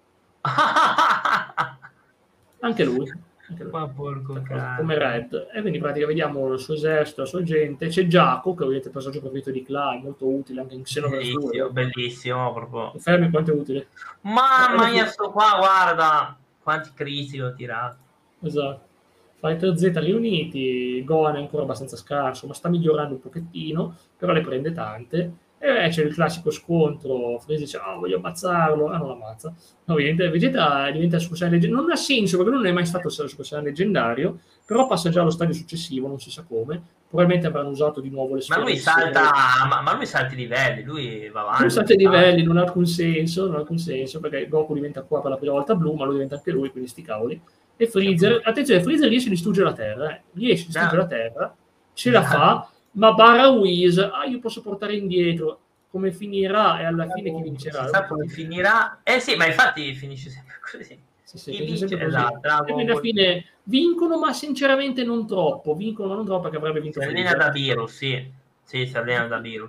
Anche lui, anche lui. Ma porco come Red, e quindi in pratica vediamo il suo esercito, la sua gente. C'è Giaco che vedete il personaggio preferito di Clay, molto utile anche in Xenoverse due. Bellissimo, bellissimo proprio. Fermi quanto è utile. Mamma mia, sto qua, guarda quanti critici ho tirato. Esatto. Fighter Z riuniti, Gohan è ancora abbastanza scarso, ma sta migliorando un pochettino, però le prende tante. E c'è il classico scontro, Freezer dice, oh, voglio ammazzarlo, ah, non l'ammazza. No, ovviamente Vegeta diventa Super Saiyan leggendario, non ha senso perché non è mai stato Super Saiyan leggendario, però passa già allo stadio successivo, non si sa come, probabilmente avranno usato di nuovo le sfere. Ma lui salta, ma, ma lui salta i livelli, lui va avanti. Lui salta i livelli, non ha alcun senso, non ha alcun senso, perché Goku diventa qua per la prima volta blu, ma lui diventa anche lui, quindi sti cavoli. E Freezer, attenzione, Freezer riesce a distruggere la Terra, eh. riesce a distruggere la Terra, ce la fa, ma barra Whis, ah, io posso portare indietro. Come finirà e alla fine chi vincerà? Sa come finirà? Eh sì, ma infatti finisce sempre così. Sì, sì, chi vince sempre così. Esatto, e quindi alla fine vincono, ma sinceramente non troppo. Vincono, ma non troppo, perché avrebbe vinto. Si allena da virus, sì. Sì, si allena da virus.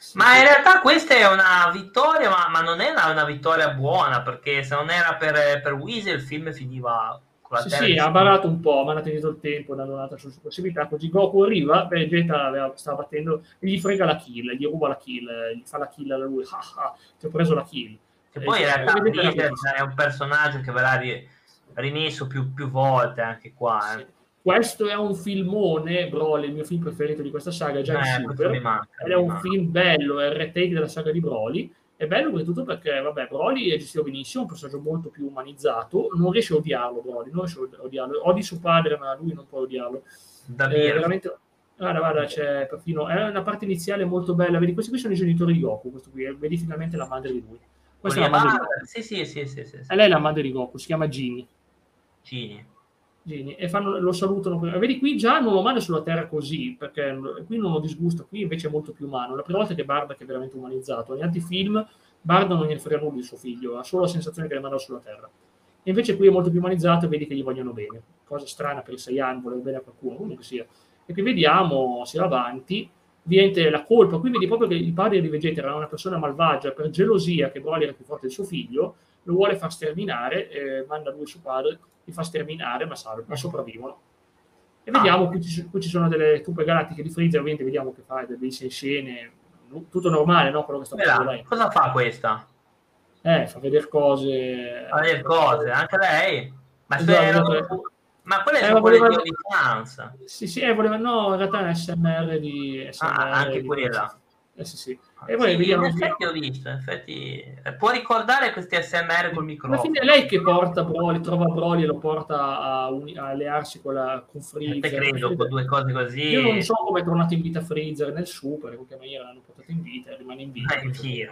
Ma in realtà questa è una vittoria, ma, ma non è una, una vittoria buona, perché se non era per, per Weasel il film finiva con la Sì, terra sì, di ha barato un po', ma hanno tenuto il tempo, danno un'altra su possibilità, così Goku arriva, Vegeta aveva, stava battendo, e gli frega la kill, gli ruba la kill, gli fa la kill a lui, ah, ah, ti ho preso la kill. Che E poi in dice, realtà Vegeta era Freezer felicissimo. è un personaggio che verrà ri- rimesso più, più volte anche qua. Sì. Eh. Questo è un filmone, Broly, il mio film preferito di questa saga, già in Eh, questo mi Super, manca, ed è mi un manca. film bello, è il retake della saga di Broly. È bello soprattutto perché, vabbè, Broly è gestito benissimo, è un personaggio molto più umanizzato, non riesce a odiarlo Broly, non riesce a odiarlo, odi suo padre, ma lui non può odiarlo. Eh, Davvero. veramente, guarda, guarda, c'è perfino, è una parte iniziale molto bella, vedi, questi qui sono i genitori di Goku, questo qui, vedi finalmente la madre di lui. Questa è la madre di Goku. Sì, sì, sì, sì, sì, sì. E lei è la madre di Goku, si chiama Ginny. Gini. Gini, e fanno, lo salutano. Vedi, qui già non lo manda sulla Terra così, perché qui non lo disgusta, qui invece è molto più umano. La prima volta che Bardock è veramente umanizzato. Negli altri film Bardock non gli frega nulla di suo figlio, ha solo la sensazione che le manda sulla Terra. E invece qui è molto più umanizzato e vedi che gli vogliono bene. Cosa strana per i Saiyan, voler bene a qualcuno, comunque sia. E qui vediamo, si va avanti, viene la colpa. Qui vedi proprio che il padre di Vegeta era una persona malvagia, per gelosia che Broly era più forte del suo figlio, lo vuole far sterminare, eh, manda lui suo padre, li fa sterminare, ma, salve, ma sopravvivono. E vediamo, qui ci, qui ci sono delle truppe galattiche di Freezer, ovviamente vediamo che fa dei scene, tutto normale, no? Quello che sta facendo lei. Cosa fa questa? Eh, fa vedere cose... Fa vedere cose, anche lei? Ma, esatto, erano, ma quelle eh, sono quelle voleva... di OnlyFans. Sì, sì, eh, voleva... no, in realtà è S M R di... S M R Ah, anche di... quella. Eh, sì, sì. E poi Sì, vediamo... in effetti ho visto, in effetti... Può ricordare questi S M R col microfono. Alla fine è lei che porta Broly, trova Broly e lo porta a, uni- a allearsi con, la, con Freezer. Credo, con due cose così... Io non so come è tornato in vita Freezer nel Super, in qualche maniera l'hanno portato in vita e rimane in vita. Ah, anch'io.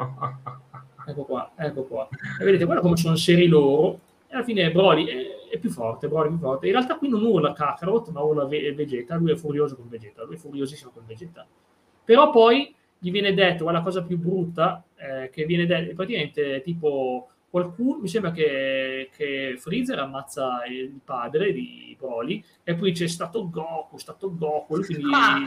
Ecco qua, ecco qua. E vedete, guarda come sono seri loro. E alla fine Broly è, è più forte, Broly è più forte. In realtà qui non urla Kakarot, ma urla Ve- Vegeta. Lui è furioso con Vegeta, lui è furiosissimo con Vegeta. Però poi gli viene detto, guarda, la cosa più brutta, eh, che viene detto, praticamente tipo qualcuno, mi sembra che, che Freezer ammazza il padre di Broly, e poi c'è stato Goku, stato Goku, lui quindi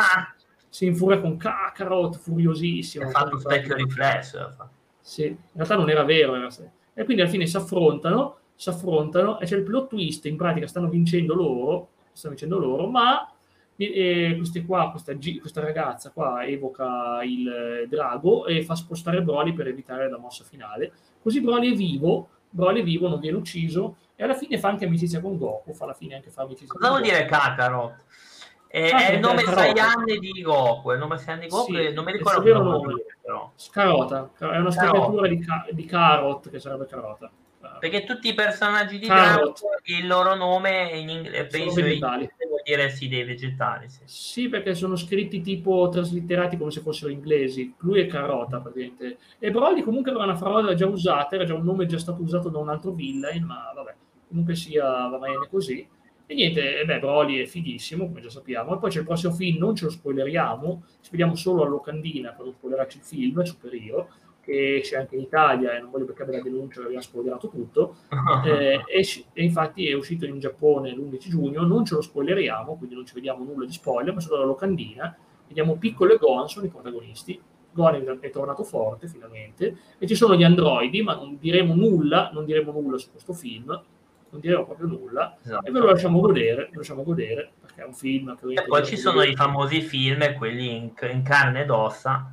si infuria con Kakarot, furiosissimo. Ha fatto un specchio riflesso. Sì, in realtà non era vero, era... e quindi alla fine si affrontano, si affrontano, e c'è il plot twist, in pratica stanno vincendo loro, stanno vincendo loro, ma e queste qua, questa, questa ragazza qua evoca il drago e fa spostare Broly per evitare la mossa finale, così Broly è vivo, Broly è vivo, non viene ucciso, e alla fine fa anche amicizia con Goku, fa alla fine anche fa amicizia Cosa con vuol Goku. dire Kakarot? È, Ah, è il nome Carota. Saiyan di Goku, il nome Saiyan di Goku, Sì, non mi il ricordo suo vero come nome. nome, però. Carota, è una screpolatura di, ca- di Carrot, che sarebbe Carota. Perché tutti i personaggi di Carrot. Dragon, il loro nome in inglese penso in vegetali. vuol dire sì, dei vegetali. Sì. Sì, perché sono scritti tipo traslitterati come se fossero inglesi. Lui è Carota, praticamente. E Broly comunque era una parola già usata, era già un nome già stato usato da un altro villain, ma vabbè, comunque sia, va bene così. E niente, e beh, Broly è fighissimo, come già sappiamo. E poi c'è il prossimo film, non ce lo spoileriamo, ci vediamo solo a locandina per non spoilerarci il film, Super Hero, che esce anche in Italia, e non voglio beccare la denuncia, abbiamo spoilerato tutto. Eh, e, e infatti è uscito in Giappone l'undici giugno, non ce lo spoileriamo, quindi non ci vediamo nulla di spoiler, ma solo la locandina. Vediamo Piccolo e Gon, sono i protagonisti. Gon è tornato forte finalmente, e ci sono gli androidi, ma non diremo nulla, non diremo nulla su questo film, non diremo proprio nulla, esatto. E ve lo lasciamo godere, lo lasciamo godere, perché è un film che... E poi ci sono i famosi film, quelli in, in carne ed ossa.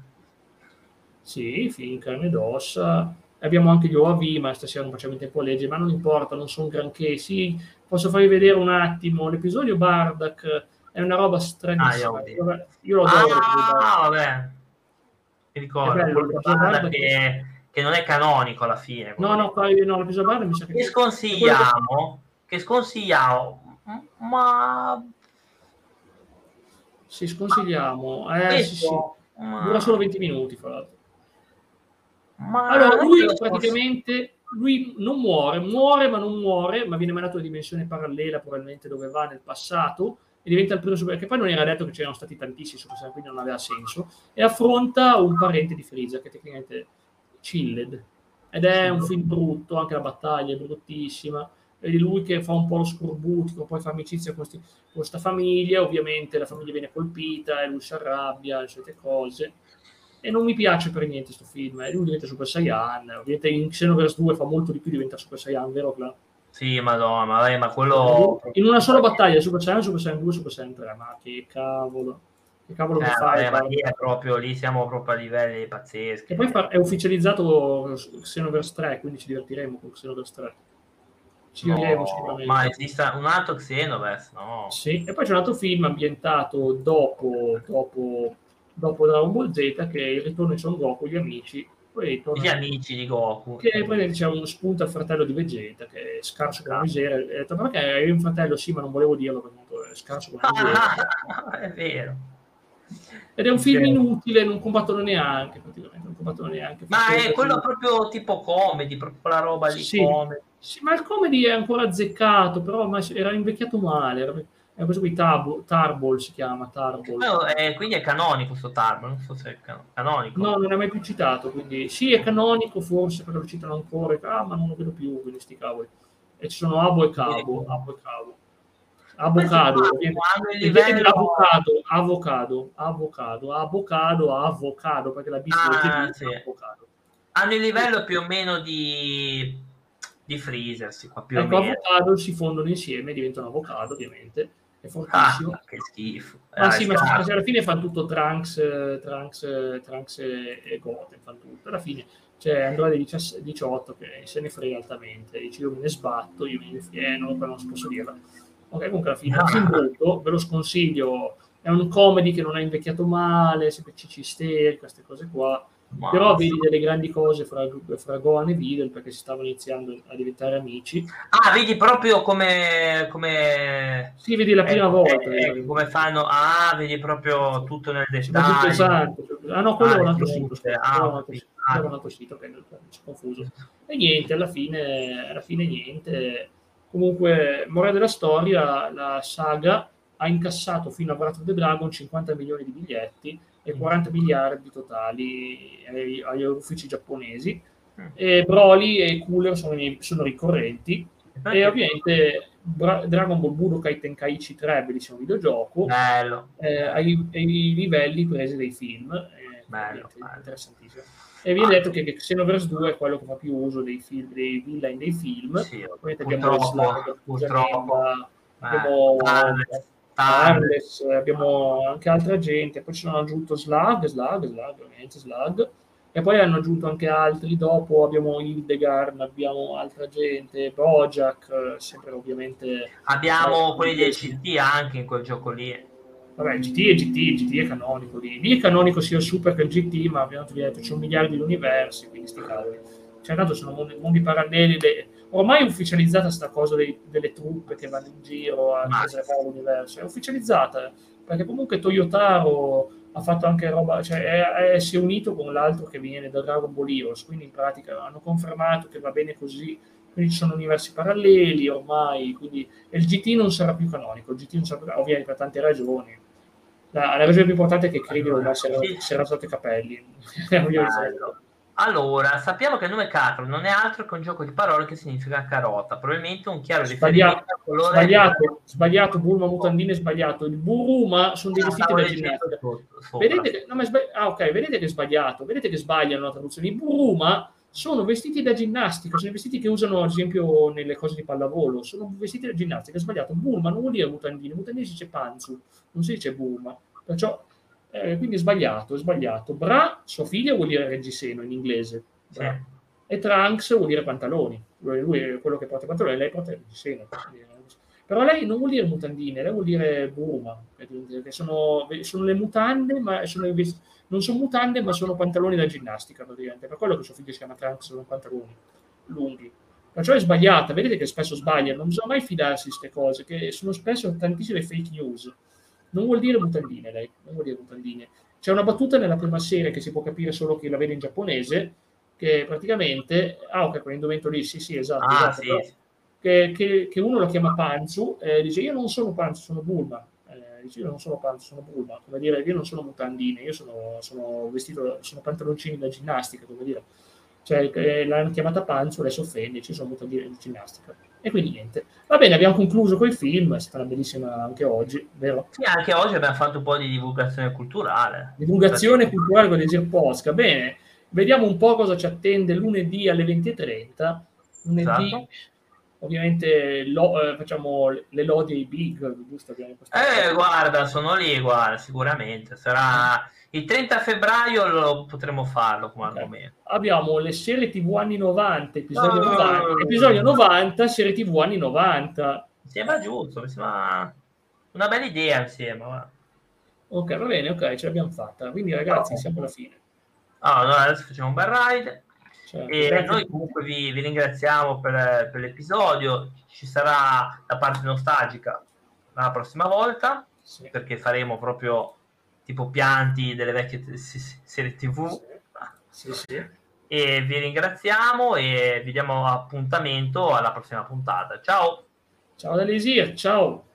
Sì, film in carne ed ossa. Abbiamo anche gli O A V, ma stasera non facciamo in tempo a leggere, ma non importa, non sono granché. Sì, posso farvi vedere un attimo, l'episodio Bardock è una roba stranissima. Ah, io, io lo adoro. Ah, vabbè. Mi ricordo, bello, Bardock che... che... che non è canonico alla fine. No, no, qua, no, l'episodio Bardock mi sa che... Che sconsigliamo, che sconsigliamo, ma... Sì, sconsigliamo. Eh, sì, sì. Dura solo venti minuti, fra l'altro. Ma allora, lui praticamente lui non muore, muore ma non muore, ma viene mandato in una dimensione parallela, probabilmente dove va nel passato, e diventa il primo super, che poi non era detto che c'erano stati tantissimi super, quindi non aveva senso, e affronta un parente di Freezer, che tecnicamente è Chilled, ed è un film brutto, anche la battaglia è bruttissima, e di lui che fa un po' lo scorbutico, poi fa amicizia con questa famiglia, ovviamente la famiglia viene colpita, e lui si arrabbia, le solite cose. e non mi piace per niente sto film, e lui diventa Super Saiyan, ovviamente in Xenoverse due fa molto di più, diventa Super Saiyan, vero Cla? Sì, madonna, ma, ma quello... In una sola battaglia, Super Saiyan, Super Saiyan due, Super Saiyan tre, ma che cavolo, che cavolo Eh, che fai? vabbè, ma lì è proprio, lì siamo proprio a livelli pazzeschi. E poi fa- è ufficializzato Xenoverse tre, quindi ci divertiremo con Xenoverse tre. Ci divertiremo No, sicuramente. ma esiste un altro Xenoverse, no? Sì, e poi c'è un altro film ambientato dopo, dopo, dopo Dragon Ball Z, che è Il ritorno di Son Goku, gli amici, poi torna, Gli amici di Goku. che poi c'è uno spunto al fratello di Vegeta, che è scarso come miseria. E ho detto, perché hai un fratello? Sì, ma non volevo dirlo, perché è scarso come miseria. È vero. Ed è un film inutile, non combattono neanche, praticamente, non combattono neanche. Ma è quello proprio tipo comedy, proprio la roba di sì, comedy. sì, ma il comedy è ancora azzeccato, però ma era invecchiato male. Era, è questo qui, Tarball, Tarball si chiama, Tarball. No, è, quindi è canonico sto Tarball, non so se è canonico. No, non è mai più citato, quindi sì, è canonico forse, perché lo citano ancora, ah, ma non lo vedo più, quindi sti cavoli. E ci sono Abo e Cabo, Abo e Cabo. Avocado, livello... avocado, avocado, avocado, avocado, avocado, perché la ah, sì. Hanno il livello più o meno di, di Freezer, sì, qua più ecco, o meno. avocado si fondono insieme, diventano avocado, ovviamente, è fortissimo. Ah, che schifo. Ma ah, sì, ma scappa. Alla fine fanno tutto Trunks, Trunks, Trunks e, e Goten, fanno tutto. Alla fine c'è Android diciotto che se ne frega altamente, dice io me ne sbatto, io me ne fieno, però non posso dirla. Ok, comunque alla fine è un film brutto, ve lo sconsiglio, è un comedy che non ha invecchiato male, sempre cicisterica, queste cose qua, ma però vedi delle grandi cose fra, fra Gohan e Videl, perché si stavano iniziando a diventare amici. Ah, vedi proprio come... come... Sì, vedi la prima eh, volta. Eh, eh, come fanno... Ah, vedi proprio tutto nel dettaglio. Tutto esatto. Ah no, quello ah, è un altro sito, scusa, ah, quello è un altro, ah, un altro sito, che mi sono confuso. E niente, alla fine, alla fine niente... Comunque, morale della storia, la saga ha incassato fino a Wrath of the Dragon cinquanta milioni di biglietti e quaranta miliardi totali agli, agli uffici giapponesi. E Broly e Cooler sono, sono ricorrenti. E ovviamente Bra- Dragon Ball Budokai Tenkaichi tre, bellissimo videogioco, bello, eh, ai, ai livelli presi dai film. Eh, bello, bello. Interessantissimo. E vi ho detto che, che Xenoverse due è quello che fa più uso dei film, dei villain dei film. Sì, abbiamo Slag, purtroppo. Abbiamo Arles, abbiamo anche altra gente. Poi ci hanno aggiunto Slag, Slag, Slag, ovviamente Slag. E poi hanno aggiunto anche altri. Dopo abbiamo Hildegard, abbiamo altra gente, Bojack, sempre ovviamente. Abbiamo eh, quelli del C T anche in quel gioco lì. Vabbè, G T è G T, G T è canonico lì. Lì è canonico sia il Super che il G T, ma abbiamo detto c'è un miliardo di universi, quindi sti cavoli. Cioè, tanto sono mondi, mondi paralleli. Le... Ormai è ufficializzata sta cosa dei, delle truppe che vanno in giro a preservare l'universo. È ufficializzata, perché comunque Toyotaro ha fatto anche roba, cioè è, è, si è unito con l'altro che viene da Dragon Ball Heroes, quindi in pratica hanno confermato che va bene così. Quindi ci sono universi paralleli ormai, quindi e il G T non sarà più canonico, il G T non sarà più, ovviamente per tante ragioni. La, la ragione più importante è che Krillin ormai si era rasato i capelli. Allora, sappiamo che il nome Kakarot non è altro che un gioco di parole che significa carota, probabilmente un chiaro sbagliato, riferimento al colore sbagliato, di... sbagliato, Bulma Mutandine è sbagliato, il Buruma sono dei ah, vestiti da ginnastica. Vedete che, no, ma sbagli- ah, ok, vedete che è sbagliato, vedete che sbagliano la traduzione. I Buruma sono vestiti da ginnastica, sono i vestiti che usano ad esempio nelle cose di pallavolo, sono vestiti da ginnastica, è sbagliato. Burma non vuol dire mutandine, mutandine si dice panzu, non si dice Burma, perciò eh, quindi è sbagliato, è sbagliato. Bra, sua figlia, vuol dire reggiseno in inglese, sì. E Trunks vuol dire pantaloni, lui, lui è quello che porta i pantaloni, lei porta il reggiseno. Però lei non vuol dire mutandine, lei vuol dire Burma, che sono, sono le mutande, ma sono i vestiti. Non sono mutande, ma sono pantaloni da ginnastica, praticamente. Per quello che suo figlio si chiama Trunks, sono pantaloni lunghi. Perciò è sbagliata, vedete che spesso sbagliano, non bisogna mai fidarsi di queste cose, che sono spesso tantissime fake news. Non vuol dire mutandine, lei, non vuol dire mutandine. C'è una battuta nella prima serie che si può capire solo chi la vede in giapponese, che praticamente, ah ok, quell'indumento lì, sì sì, esatto, ah, esatto sì. Però, che, che, che uno lo chiama Panzu, eh, dice io non sono Panzu, sono Bulma. Io non sono panzo, sono Bulma, come dire, io non sono mutandine, io sono, sono vestito, sono pantaloncini da ginnastica, come dire. Cioè, eh, l'hanno chiamata panzo, lei si offende, ci sono mutandine di ginnastica. E quindi niente. Va bene, abbiamo concluso col film, è stata bellissima anche oggi, vero? Sì, anche oggi abbiamo fatto un po' di divulgazione culturale. Divulgazione culturale con Desir Posca. Bene, vediamo un po' cosa ci attende lunedì alle venti e trenta. Lunedì, esatto. ovviamente, lo, eh, facciamo le lodi ai big, giusto? Abbiamo eh, guarda, sono lì, guarda, sicuramente. Sarà il trenta febbraio, lo potremo farlo come okay. argomento. Abbiamo le serie tivù anni novanta, episodio, oh. novanta, episodio novanta, serie tivù anni novanta. Mi sembra giusto, mi sembra una bella idea insieme. Va. Ok, va bene, ok, ce l'abbiamo fatta. Quindi ragazzi, oh. siamo alla fine. Allora, adesso facciamo un bel ride. Certo, e noi comunque vi, vi ringraziamo per, per l'episodio. Ci sarà la parte nostalgica la prossima volta, sì. perché faremo proprio tipo pianti delle vecchie t- serie tivù. Sì. Sì, sì. E vi ringraziamo e vi diamo appuntamento alla prossima puntata. Ciao! Ciao da Lesir, ciao!